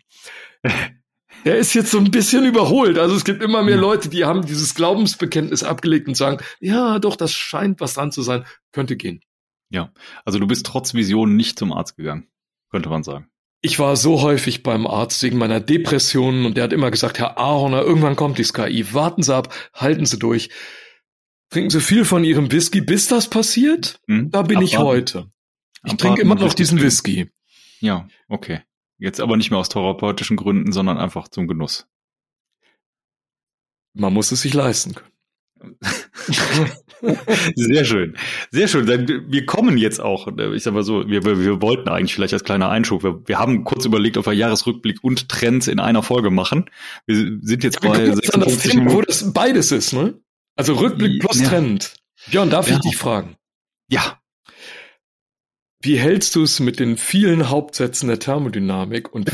Der ist jetzt so ein bisschen überholt. Also es gibt immer mehr Leute, die haben dieses Glaubensbekenntnis abgelegt und sagen, ja, doch, das scheint was dran zu sein, könnte gehen. Ja, also du bist trotz Vision nicht zum Arzt gegangen, könnte man sagen. Ich war so häufig beim Arzt wegen meiner Depressionen und der hat immer gesagt, Herr Ahorner, irgendwann kommt dieses KI, warten Sie ab, halten Sie durch. Trinken Sie viel von Ihrem Whisky, bis das passiert? Da bin ich heute. Ich trinke immer noch diesen Whisky. Ja, okay. Jetzt aber nicht mehr aus therapeutischen Gründen, sondern einfach zum Genuss. Man muss es sich leisten können. Sehr schön. Sehr schön. Wir kommen jetzt auch, ich sag mal so, wir wollten eigentlich vielleicht als kleiner Einschub, wir haben kurz überlegt, ob wir Jahresrückblick und Trends in einer Folge machen. Wir sind jetzt bei 56 Minuten, wo das beides ist, ne? Also Rückblick plus Trend. Björn, darf ich dich fragen? Ja. Wie hältst du es mit den vielen Hauptsätzen der Thermodynamik und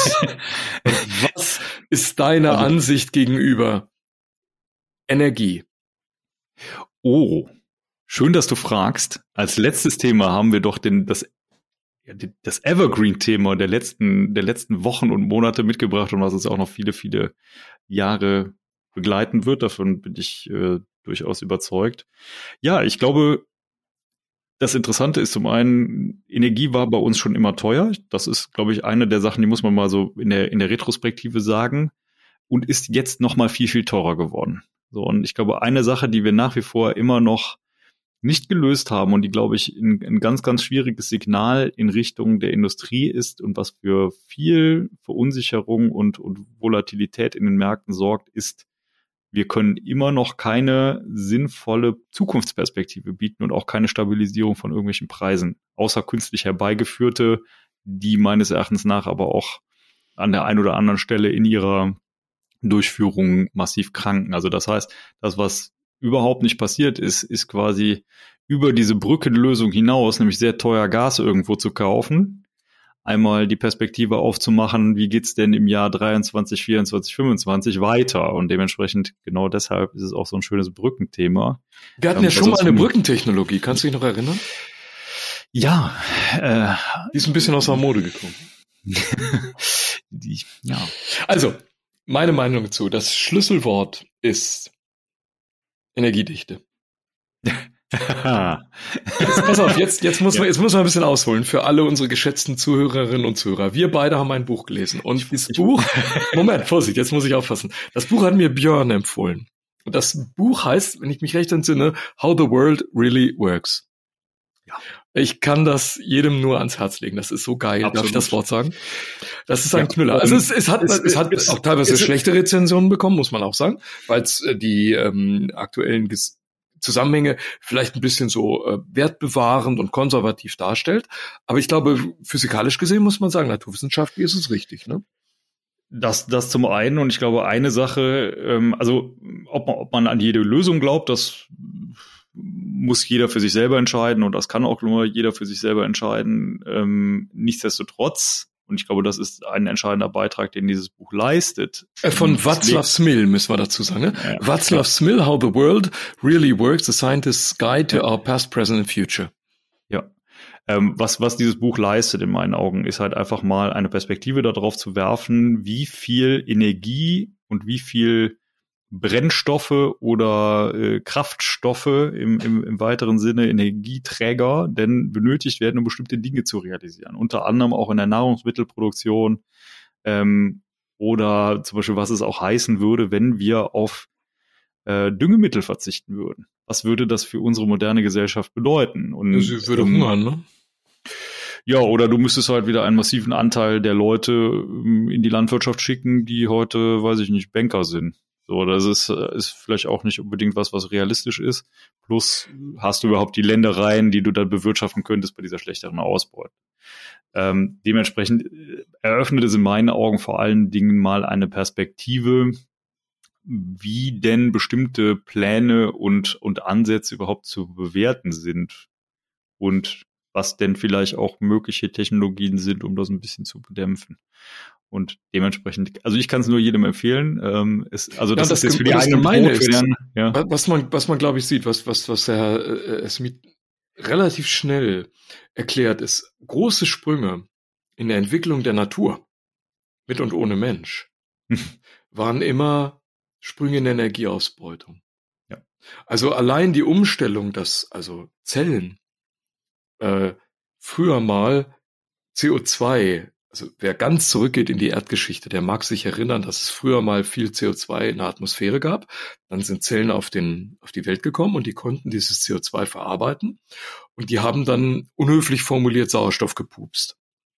was ist deine Ansicht gegenüber Energie? Oh, schön, dass du fragst. Als letztes Thema haben wir doch das Evergreen-Thema der letzten Wochen und Monate mitgebracht und was uns auch noch viele, viele Jahre begleiten wird. Davon bin ich durchaus überzeugt. Ja, ich glaube, das Interessante ist zum einen, Energie war bei uns schon immer teuer. Das ist, glaube ich, eine der Sachen, die muss man mal so in der Retrospektive sagen und ist jetzt noch mal viel, viel teurer geworden. So, und ich glaube, eine Sache, die wir nach wie vor immer noch nicht gelöst haben und die, glaube ich, ein ganz, ganz schwieriges Signal in Richtung der Industrie ist und was für viel Verunsicherung und Volatilität in den Märkten sorgt, ist, wir können immer noch keine sinnvolle Zukunftsperspektive bieten und auch keine Stabilisierung von irgendwelchen Preisen, außer künstlich herbeigeführte, die meines Erachtens nach aber auch an der einen oder anderen Stelle in ihrer Durchführung massiv kranken. Also das heißt, das, was überhaupt nicht passiert ist quasi über diese Brückenlösung hinaus, nämlich sehr teuer Gas irgendwo zu kaufen, einmal die Perspektive aufzumachen, wie geht's denn im Jahr 23, 24, 25 weiter? Und dementsprechend, genau deshalb ist es auch so ein schönes Brückenthema. Wir hatten ja schon mal eine Brückentechnologie, kannst du dich noch erinnern? Ja. Die ist ein bisschen aus der Mode gekommen. Ja. Also, meine Meinung dazu, das Schlüsselwort ist Energiedichte. Pass auf, jetzt muss man ein bisschen ausholen für alle unsere geschätzten Zuhörerinnen und Zuhörer. Wir beide haben ein Buch gelesen und das Buch, Moment, Vorsicht, jetzt muss ich aufpassen. Das Buch hat mir Björn empfohlen. Und das Buch heißt, wenn ich mich recht entsinne, How the World Really Works. Ja. Ich kann das jedem nur ans Herz legen. Das ist so geil. Absolut. Darf ich das Wort sagen? Das ist ein Knüller. Also es hat auch teilweise schlechte Rezensionen bekommen, muss man auch sagen, weil es die aktuellen Zusammenhänge vielleicht ein bisschen so wertbewahrend und konservativ darstellt. Aber ich glaube, physikalisch gesehen muss man sagen, naturwissenschaftlich ist es richtig, ne? Das zum einen, und ich glaube, eine Sache, also ob man an jede Lösung glaubt, das muss jeder für sich selber entscheiden und das kann auch nur jeder für sich selber entscheiden. Nichtsdestotrotz, und ich glaube, das ist ein entscheidender Beitrag, den dieses Buch leistet. Von Václav Smil müssen wir dazu sagen. Ne? Ja, Václav Smil, How the World Really Works, The Scientist's Guide to Our Past, Present and Future. Ja. Was dieses Buch leistet in meinen Augen, ist halt einfach mal eine Perspektive darauf zu werfen, wie viel Energie und wie viel Brennstoffe oder Kraftstoffe im weiteren Sinne, Energieträger, denn benötigt werden, um bestimmte Dinge zu realisieren. Unter anderem auch in der Nahrungsmittelproduktion oder zum Beispiel, was es auch heißen würde, wenn wir auf Düngemittel verzichten würden. Was würde das für unsere moderne Gesellschaft bedeuten? Und sie würde hungern, ne? Ja, oder du müsstest halt wieder einen massiven Anteil der Leute in die Landwirtschaft schicken, die heute, weiß ich nicht, Banker sind. So, das ist vielleicht auch nicht unbedingt was realistisch ist. Plus hast du überhaupt die Ländereien, die du dann bewirtschaften könntest bei dieser schlechteren Ausbeute. Dementsprechend eröffnet es in meinen Augen vor allen Dingen mal eine Perspektive, wie denn bestimmte Pläne und Ansätze überhaupt zu bewerten sind und was denn vielleicht auch mögliche Technologien sind, um das ein bisschen zu bedämpfen. Und dementsprechend, also ich kann es nur jedem empfehlen. Das ist jetzt für die eigene Brot, was man glaube ich sieht, was der Herr Smith relativ schnell erklärt, ist große Sprünge in der Entwicklung der Natur mit und ohne Mensch waren immer Sprünge in der Energieausbeutung. Ja. Also allein die Umstellung, dass also Zellen früher mal CO2, also wer ganz zurückgeht in die Erdgeschichte, der mag sich erinnern, dass es früher mal viel CO2 in der Atmosphäre gab. Dann sind Zellen auf die Welt gekommen und die konnten dieses CO2 verarbeiten und die haben dann unhöflich formuliert Sauerstoff gepupst.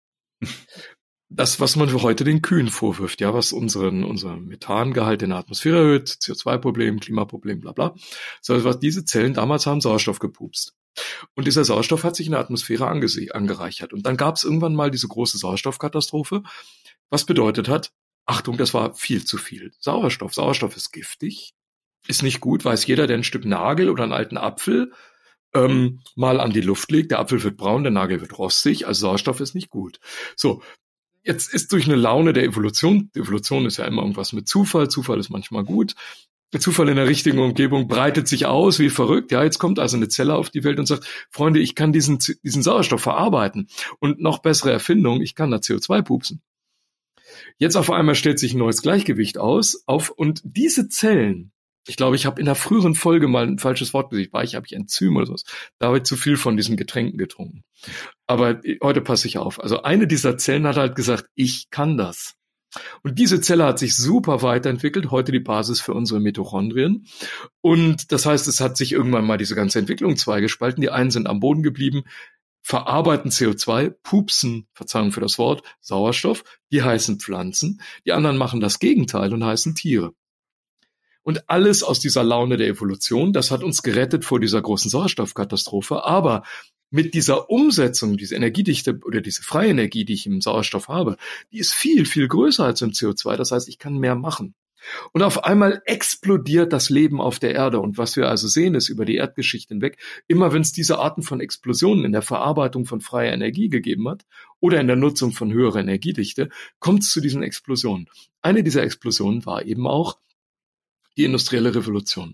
Das, was man für heute den Kühen vorwirft, ja, was unseren Methangehalt in der Atmosphäre erhöht, CO2-Problem, Klimaproblem, bla bla. So, was diese Zellen damals haben Sauerstoff gepupst. Und dieser Sauerstoff hat sich in der Atmosphäre angereichert. Und dann gab es irgendwann mal diese große Sauerstoffkatastrophe, was bedeutet hat, Achtung, das war viel zu viel Sauerstoff. Sauerstoff ist giftig, ist nicht gut, weiß jeder, der ein Stück Nagel oder einen alten Apfel mal an die Luft legt. Der Apfel wird braun, der Nagel wird rostig, also Sauerstoff ist nicht gut. So, jetzt ist durch eine Laune der Evolution, die Evolution ist ja immer irgendwas mit Zufall ist manchmal gut, der Zufall in der richtigen Umgebung breitet sich aus wie verrückt. Ja, jetzt kommt also eine Zelle auf die Welt und sagt, Freunde, ich kann diesen Sauerstoff verarbeiten. Und noch bessere Erfindung, ich kann da CO2 pupsen. Jetzt auf einmal stellt sich ein neues Gleichgewicht auf und diese Zellen, ich glaube, ich habe in einer früheren Folge mal ein falsches Wort gesagt, habe ich Enzym oder sowas. Da habe ich zu viel von diesen Getränken getrunken. Aber heute passe ich auf. Also eine dieser Zellen hat halt gesagt, ich kann das. Und diese Zelle hat sich super weiterentwickelt, heute die Basis für unsere Mitochondrien. Und das heißt, es hat sich irgendwann mal diese ganze Entwicklung zweigespalten. Die einen sind am Boden geblieben, verarbeiten CO2, pupsen, Verzeihung für das Wort, Sauerstoff, die heißen Pflanzen. Die anderen machen das Gegenteil und heißen Tiere. Und alles aus dieser Laune der Evolution, das hat uns gerettet vor dieser großen Sauerstoffkatastrophe. Aber mit dieser Umsetzung, diese Energiedichte oder diese freie Energie, die ich im Sauerstoff habe, die ist viel, viel größer als im CO2. Das heißt, ich kann mehr machen. Und auf einmal explodiert das Leben auf der Erde. Und was wir also sehen, ist über die Erdgeschichte hinweg, immer wenn es diese Arten von Explosionen in der Verarbeitung von freier Energie gegeben hat oder in der Nutzung von höherer Energiedichte, kommt es zu diesen Explosionen. Eine dieser Explosionen war eben auch die industrielle Revolution.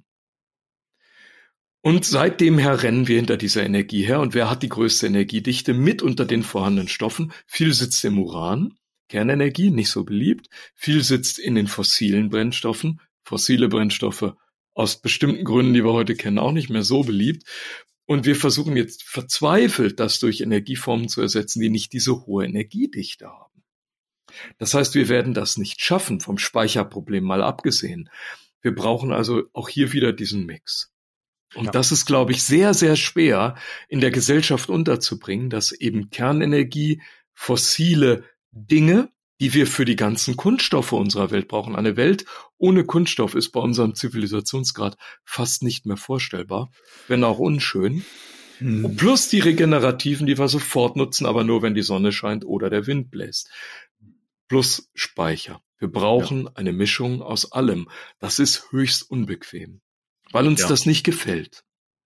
Und seitdem her rennen wir hinter dieser Energie her. Und wer hat die größte Energiedichte mit unter den vorhandenen Stoffen? Viel sitzt im Uran, Kernenergie, nicht so beliebt. Viel sitzt in den fossilen Brennstoffen. Fossile Brennstoffe aus bestimmten Gründen, die wir heute kennen, auch nicht mehr so beliebt. Und wir versuchen jetzt verzweifelt, das durch Energieformen zu ersetzen, die nicht diese hohe Energiedichte haben. Das heißt, wir werden das nicht schaffen, vom Speicherproblem mal abgesehen. Wir brauchen also auch hier wieder diesen Mix. Und das ist, glaube ich, sehr, sehr schwer in der Gesellschaft unterzubringen, dass eben Kernenergie, fossile Dinge, die wir für die ganzen Kunststoffe unserer Welt brauchen. Eine Welt ohne Kunststoff ist bei unserem Zivilisationsgrad fast nicht mehr vorstellbar, wenn auch unschön. Plus die regenerativen, die wir sofort nutzen, aber nur, wenn die Sonne scheint oder der Wind bläst. Plus Speicher. Wir brauchen eine Mischung aus allem. Das ist höchst unbequem, weil uns das nicht gefällt.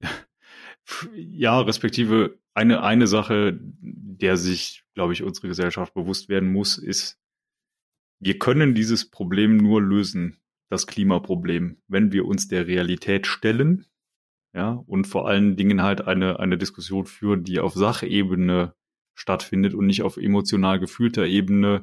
Ja, respektive eine Sache, der sich, glaube ich, unsere Gesellschaft bewusst werden muss, ist, wir können dieses Problem nur lösen, das Klimaproblem, wenn wir uns der Realität stellen, ja, und vor allen Dingen halt eine Diskussion führen, die auf Sachebene stattfindet und nicht auf emotional gefühlter Ebene,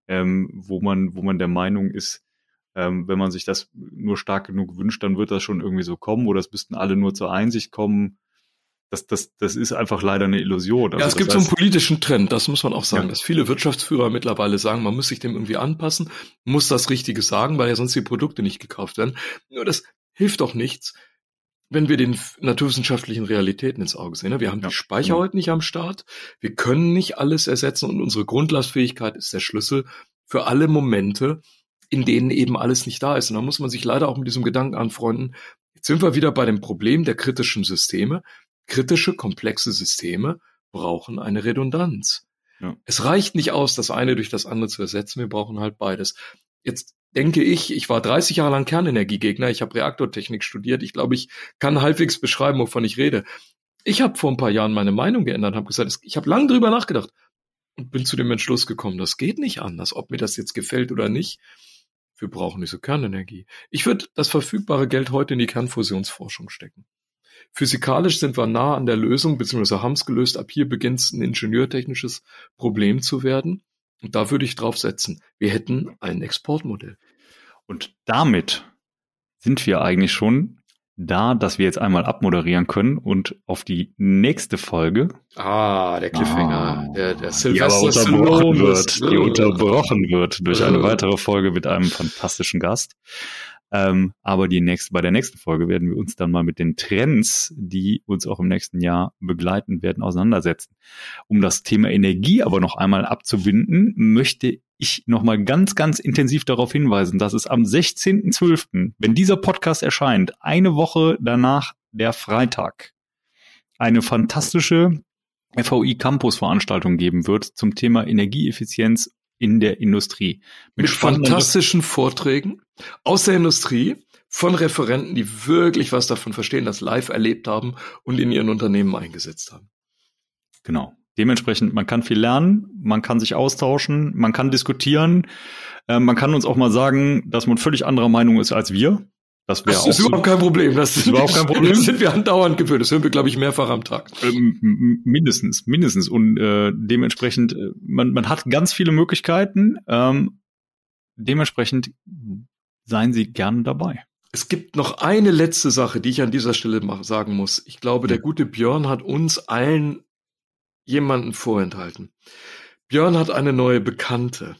wo man der Meinung ist, wenn man sich das nur stark genug wünscht, dann wird das schon irgendwie so kommen, oder es müssten alle nur zur Einsicht kommen. Das ist einfach leider eine Illusion. Also es gibt so einen politischen Trend, das muss man auch sagen, dass viele Wirtschaftsführer mittlerweile sagen, man muss sich dem irgendwie anpassen, muss das Richtige sagen, weil ja sonst die Produkte nicht gekauft werden. Nur das hilft doch nichts, wenn wir den naturwissenschaftlichen Realitäten ins Auge sehen. Wir haben die Speicher heute nicht am Start, wir können nicht alles ersetzen und unsere Grundlastfähigkeit ist der Schlüssel für alle Momente, in denen eben alles nicht da ist. Und da muss man sich leider auch mit diesem Gedanken anfreunden. Jetzt sind wir wieder bei dem Problem der kritischen Systeme. Kritische, komplexe Systeme brauchen eine Redundanz. Ja. Es reicht nicht aus, das eine durch das andere zu ersetzen. Wir brauchen halt beides. Jetzt denke ich war 30 Jahre lang Kernenergiegegner. Ich habe Reaktortechnik studiert. Ich glaube, ich kann halbwegs beschreiben, wovon ich rede. Ich habe vor ein paar Jahren meine Meinung geändert, habe gesagt, ich habe lange drüber nachgedacht und bin zu dem Entschluss gekommen, das geht nicht anders, ob mir das jetzt gefällt oder nicht. Wir brauchen diese Kernenergie. Ich würde das verfügbare Geld heute in die Kernfusionsforschung stecken. Physikalisch sind wir nah an der Lösung, beziehungsweise haben es gelöst. Ab hier beginnt es ein ingenieurtechnisches Problem zu werden. Und da würde ich drauf setzen. Wir hätten ein Exportmodell. Und damit sind wir eigentlich schon da, dass wir jetzt einmal abmoderieren können und auf die nächste Folge. Der Cliffhanger, der Sylvester Stallone die unterbrochen wird durch eine weitere Folge mit einem fantastischen Gast. Aber bei der nächsten Folge werden wir uns dann mal mit den Trends, die uns auch im nächsten Jahr begleiten werden, auseinandersetzen. Um das Thema Energie aber noch einmal abzubinden, möchte ich noch mal ganz, ganz intensiv darauf hinweisen, dass es am 16.12., wenn dieser Podcast erscheint, eine Woche danach, der Freitag, eine fantastische FVI Campus Veranstaltung geben wird zum Thema Energieeffizienz in der Industrie. Mit fantastischen Vorträgen aus der Industrie von Referenten, die wirklich was davon verstehen, das live erlebt haben und in ihren Unternehmen eingesetzt haben. Genau. Dementsprechend, man kann viel lernen, man kann sich austauschen, man kann diskutieren, man kann uns auch mal sagen, dass man völlig anderer Meinung ist als wir. Das ist überhaupt kein Problem. Das ist überhaupt kein Problem. Das sind wir andauernd gewöhnt. Das hören wir, glaube ich, mehrfach am Tag. Mindestens. Und dementsprechend, man hat ganz viele Möglichkeiten. Dementsprechend seien Sie gerne dabei. Es gibt noch eine letzte Sache, die ich an dieser Stelle sagen muss. Ich glaube, der gute Björn hat uns allen jemanden vorenthalten. Björn hat eine neue Bekannte.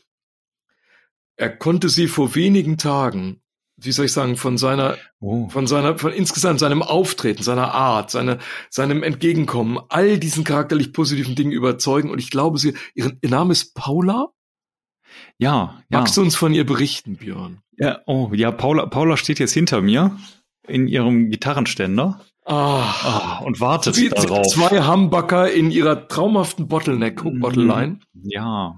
Er konnte sie vor wenigen Tagen, wie soll ich sagen, von insgesamt seinem Auftreten, seiner Art, seinem Entgegenkommen, all diesen charakterlich positiven Dingen überzeugen. Und ich glaube, ihr Name ist Paula? Ja. Magst du uns von ihr berichten, Björn? Ja, Paula steht jetzt hinter mir in ihrem Gitarrenständer. Und wartet darauf. 2 Humbucker in ihrer traumhaften Bottleneck-Hook-Bottle-Line. Ja.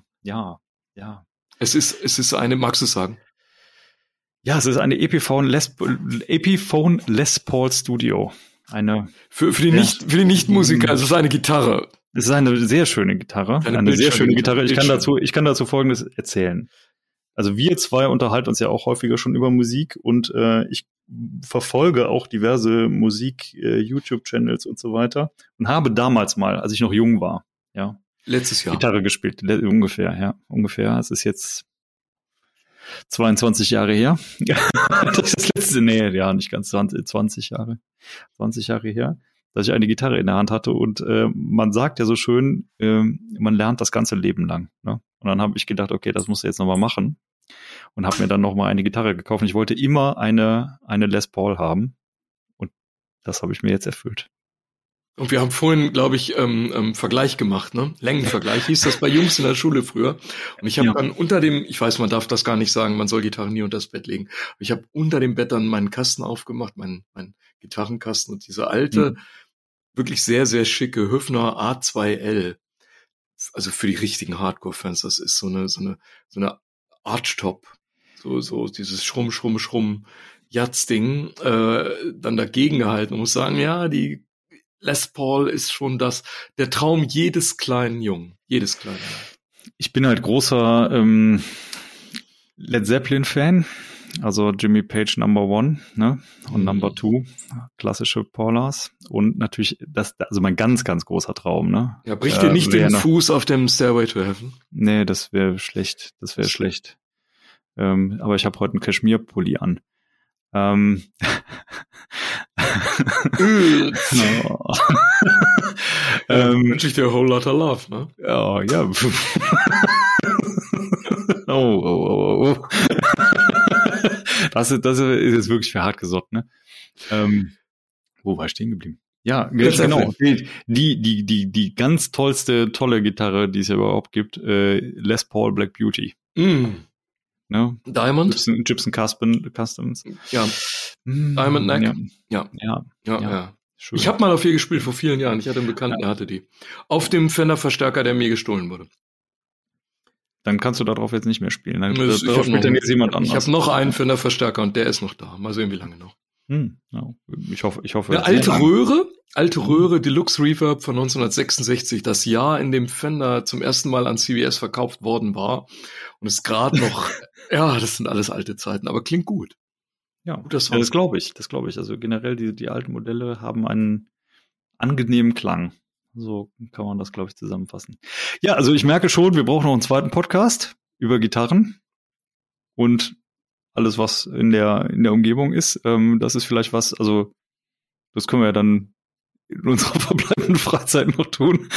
Es ist eine, magst du sagen? Ja, es ist eine Epiphone Les Paul Studio. Für die Nicht-Musiker, es ist eine Gitarre. Es ist eine sehr schöne Gitarre. Eine sehr schöne Gitarre. Ich kann dazu Folgendes erzählen. Also wir zwei unterhalten uns ja auch häufiger schon über Musik und ich verfolge auch diverse Musik-YouTube-Channels und so weiter und habe damals mal, als ich noch jung war, letztes Jahr Gitarre gespielt, ungefähr. Es ist jetzt 22 Jahre her. Das ist das letzte, nicht ganz 20 Jahre. 20 Jahre her, dass ich eine Gitarre in der Hand hatte und man sagt ja so schön, man lernt das ganze Leben lang. Ne? Und dann habe ich gedacht, okay, das musst du jetzt nochmal machen und habe mir dann nochmal eine Gitarre gekauft. Und ich wollte immer eine Les Paul haben und das habe ich mir jetzt erfüllt. Und wir haben vorhin, glaube ich, Vergleich gemacht, ne? Längenvergleich hieß das bei Jungs in der Schule früher. Und ich habe dann unter dem, ich weiß, man darf das gar nicht sagen, man soll Gitarren nie unter das Bett legen. Ich habe unter dem Bett dann meinen Kasten aufgemacht, meinen Gitarrenkasten und diese alte, wirklich sehr, sehr schicke Höfner A2L. Also für die richtigen Hardcore-Fans, das ist so eine Archtop. so dieses Schrumm Jazz-Ding dann dagegen gehalten und muss sagen, ja, die Les Paul ist schon der Traum jedes kleinen Jungen. Ich bin halt großer Led Zeppelin-Fan, also Jimmy Page Number 1, ne? Und Number 2, klassische Paulas. Und natürlich, also mein ganz, ganz großer Traum, ne? Ja, bricht dir nicht den Fuß auf dem Stairway to Heaven? Nee, das wäre schlecht. Aber ich habe heute einen Kaschmir-Pulli an. No. Wünsche ich dir a whole lot of love, ne? Oh, ja. Oh. Das ist jetzt wirklich für hart gesorgt, ne? Wo war ich stehen geblieben? Ja, genau. Die ganz tolle Gitarre, die es ja überhaupt gibt, Les Paul Black Beauty. Ne? Diamond? Gibson Customs. Ja. Diamond Neck? Ja. Schön. Ich habe mal auf ihr gespielt vor vielen Jahren. Ich hatte einen Bekannten, der hatte die. Auf dem Fender-Verstärker, der mir gestohlen wurde. Dann kannst du darauf jetzt nicht mehr spielen. Dann spielt dann jetzt jemand anders. Ich habe noch einen Fender-Verstärker und der ist noch da. Mal sehen, wie lange noch. Ja. Ich hoffe. Eine alte Röhre Deluxe Reverb von 1966, das Jahr, in dem Fender zum ersten Mal an CVS verkauft worden war. Und ist gerade noch, ja, das sind alles alte Zeiten, aber klingt gut. Ja, das glaube ich. Also generell, die alten Modelle haben einen angenehmen Klang. So kann man das, glaube ich, zusammenfassen. Ja, also ich merke schon, wir brauchen noch einen zweiten Podcast über Gitarren und alles, was in der Umgebung ist. Das ist vielleicht was, also das können wir ja dann in unserer verbleibenden Freizeit noch tun.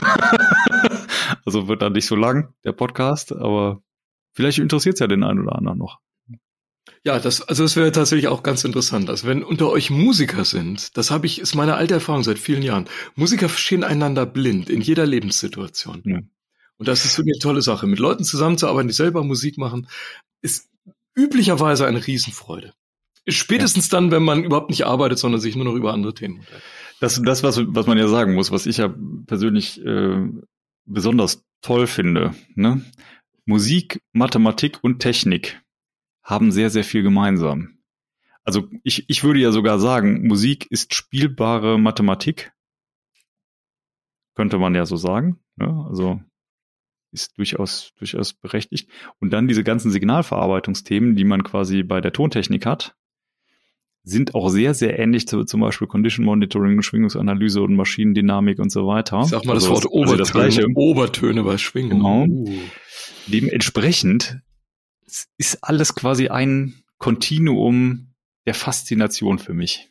Also wird dann nicht so lang, der Podcast, aber vielleicht interessiert es ja den einen oder anderen noch. Ja, das wäre tatsächlich auch ganz interessant. Also wenn unter euch Musiker sind, ist meine alte Erfahrung seit vielen Jahren. Musiker verstehen einander blind in jeder Lebenssituation. Ja. Und das ist so eine tolle Sache. Mit Leuten zusammenzuarbeiten, die selber Musik machen, ist üblicherweise eine Riesenfreude. Spätestens dann, wenn man überhaupt nicht arbeitet, sondern sich nur noch über andere Themen unterhält. Das was man ja sagen muss, was ich ja persönlich besonders toll finde, ne? Musik, Mathematik und Technik haben sehr, sehr viel gemeinsam. Also ich würde ja sogar sagen, Musik ist spielbare Mathematik. Könnte man ja so sagen. Ne? Also ist durchaus berechtigt. Und dann diese ganzen Signalverarbeitungsthemen, die man quasi bei der Tontechnik hat, sind auch sehr, sehr ähnlich zu zum Beispiel Condition Monitoring, Schwingungsanalyse und Maschinendynamik und so weiter. Ich sag mal das Wort Obertöne bei Schwingung. Genau. Dementsprechend ist alles quasi ein Kontinuum der Faszination für mich.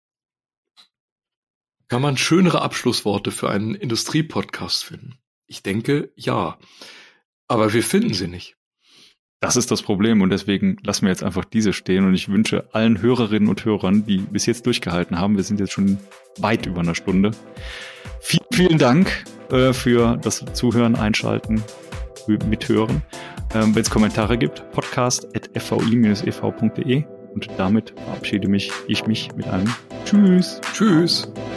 Kann man schönere Abschlussworte für einen Industrie-Podcast finden? Ich denke, ja. Aber wir finden sie nicht. Das ist das Problem und deswegen lassen wir jetzt einfach diese stehen und ich wünsche allen Hörerinnen und Hörern, die bis jetzt durchgehalten haben, wir sind jetzt schon weit über einer Stunde. Vielen, vielen Dank für das Zuhören, Einschalten, Mithören. Wenn es Kommentare gibt, podcast@fvi-ev.de und damit verabschiede ich mich mit einem Tschüss. Tschüss.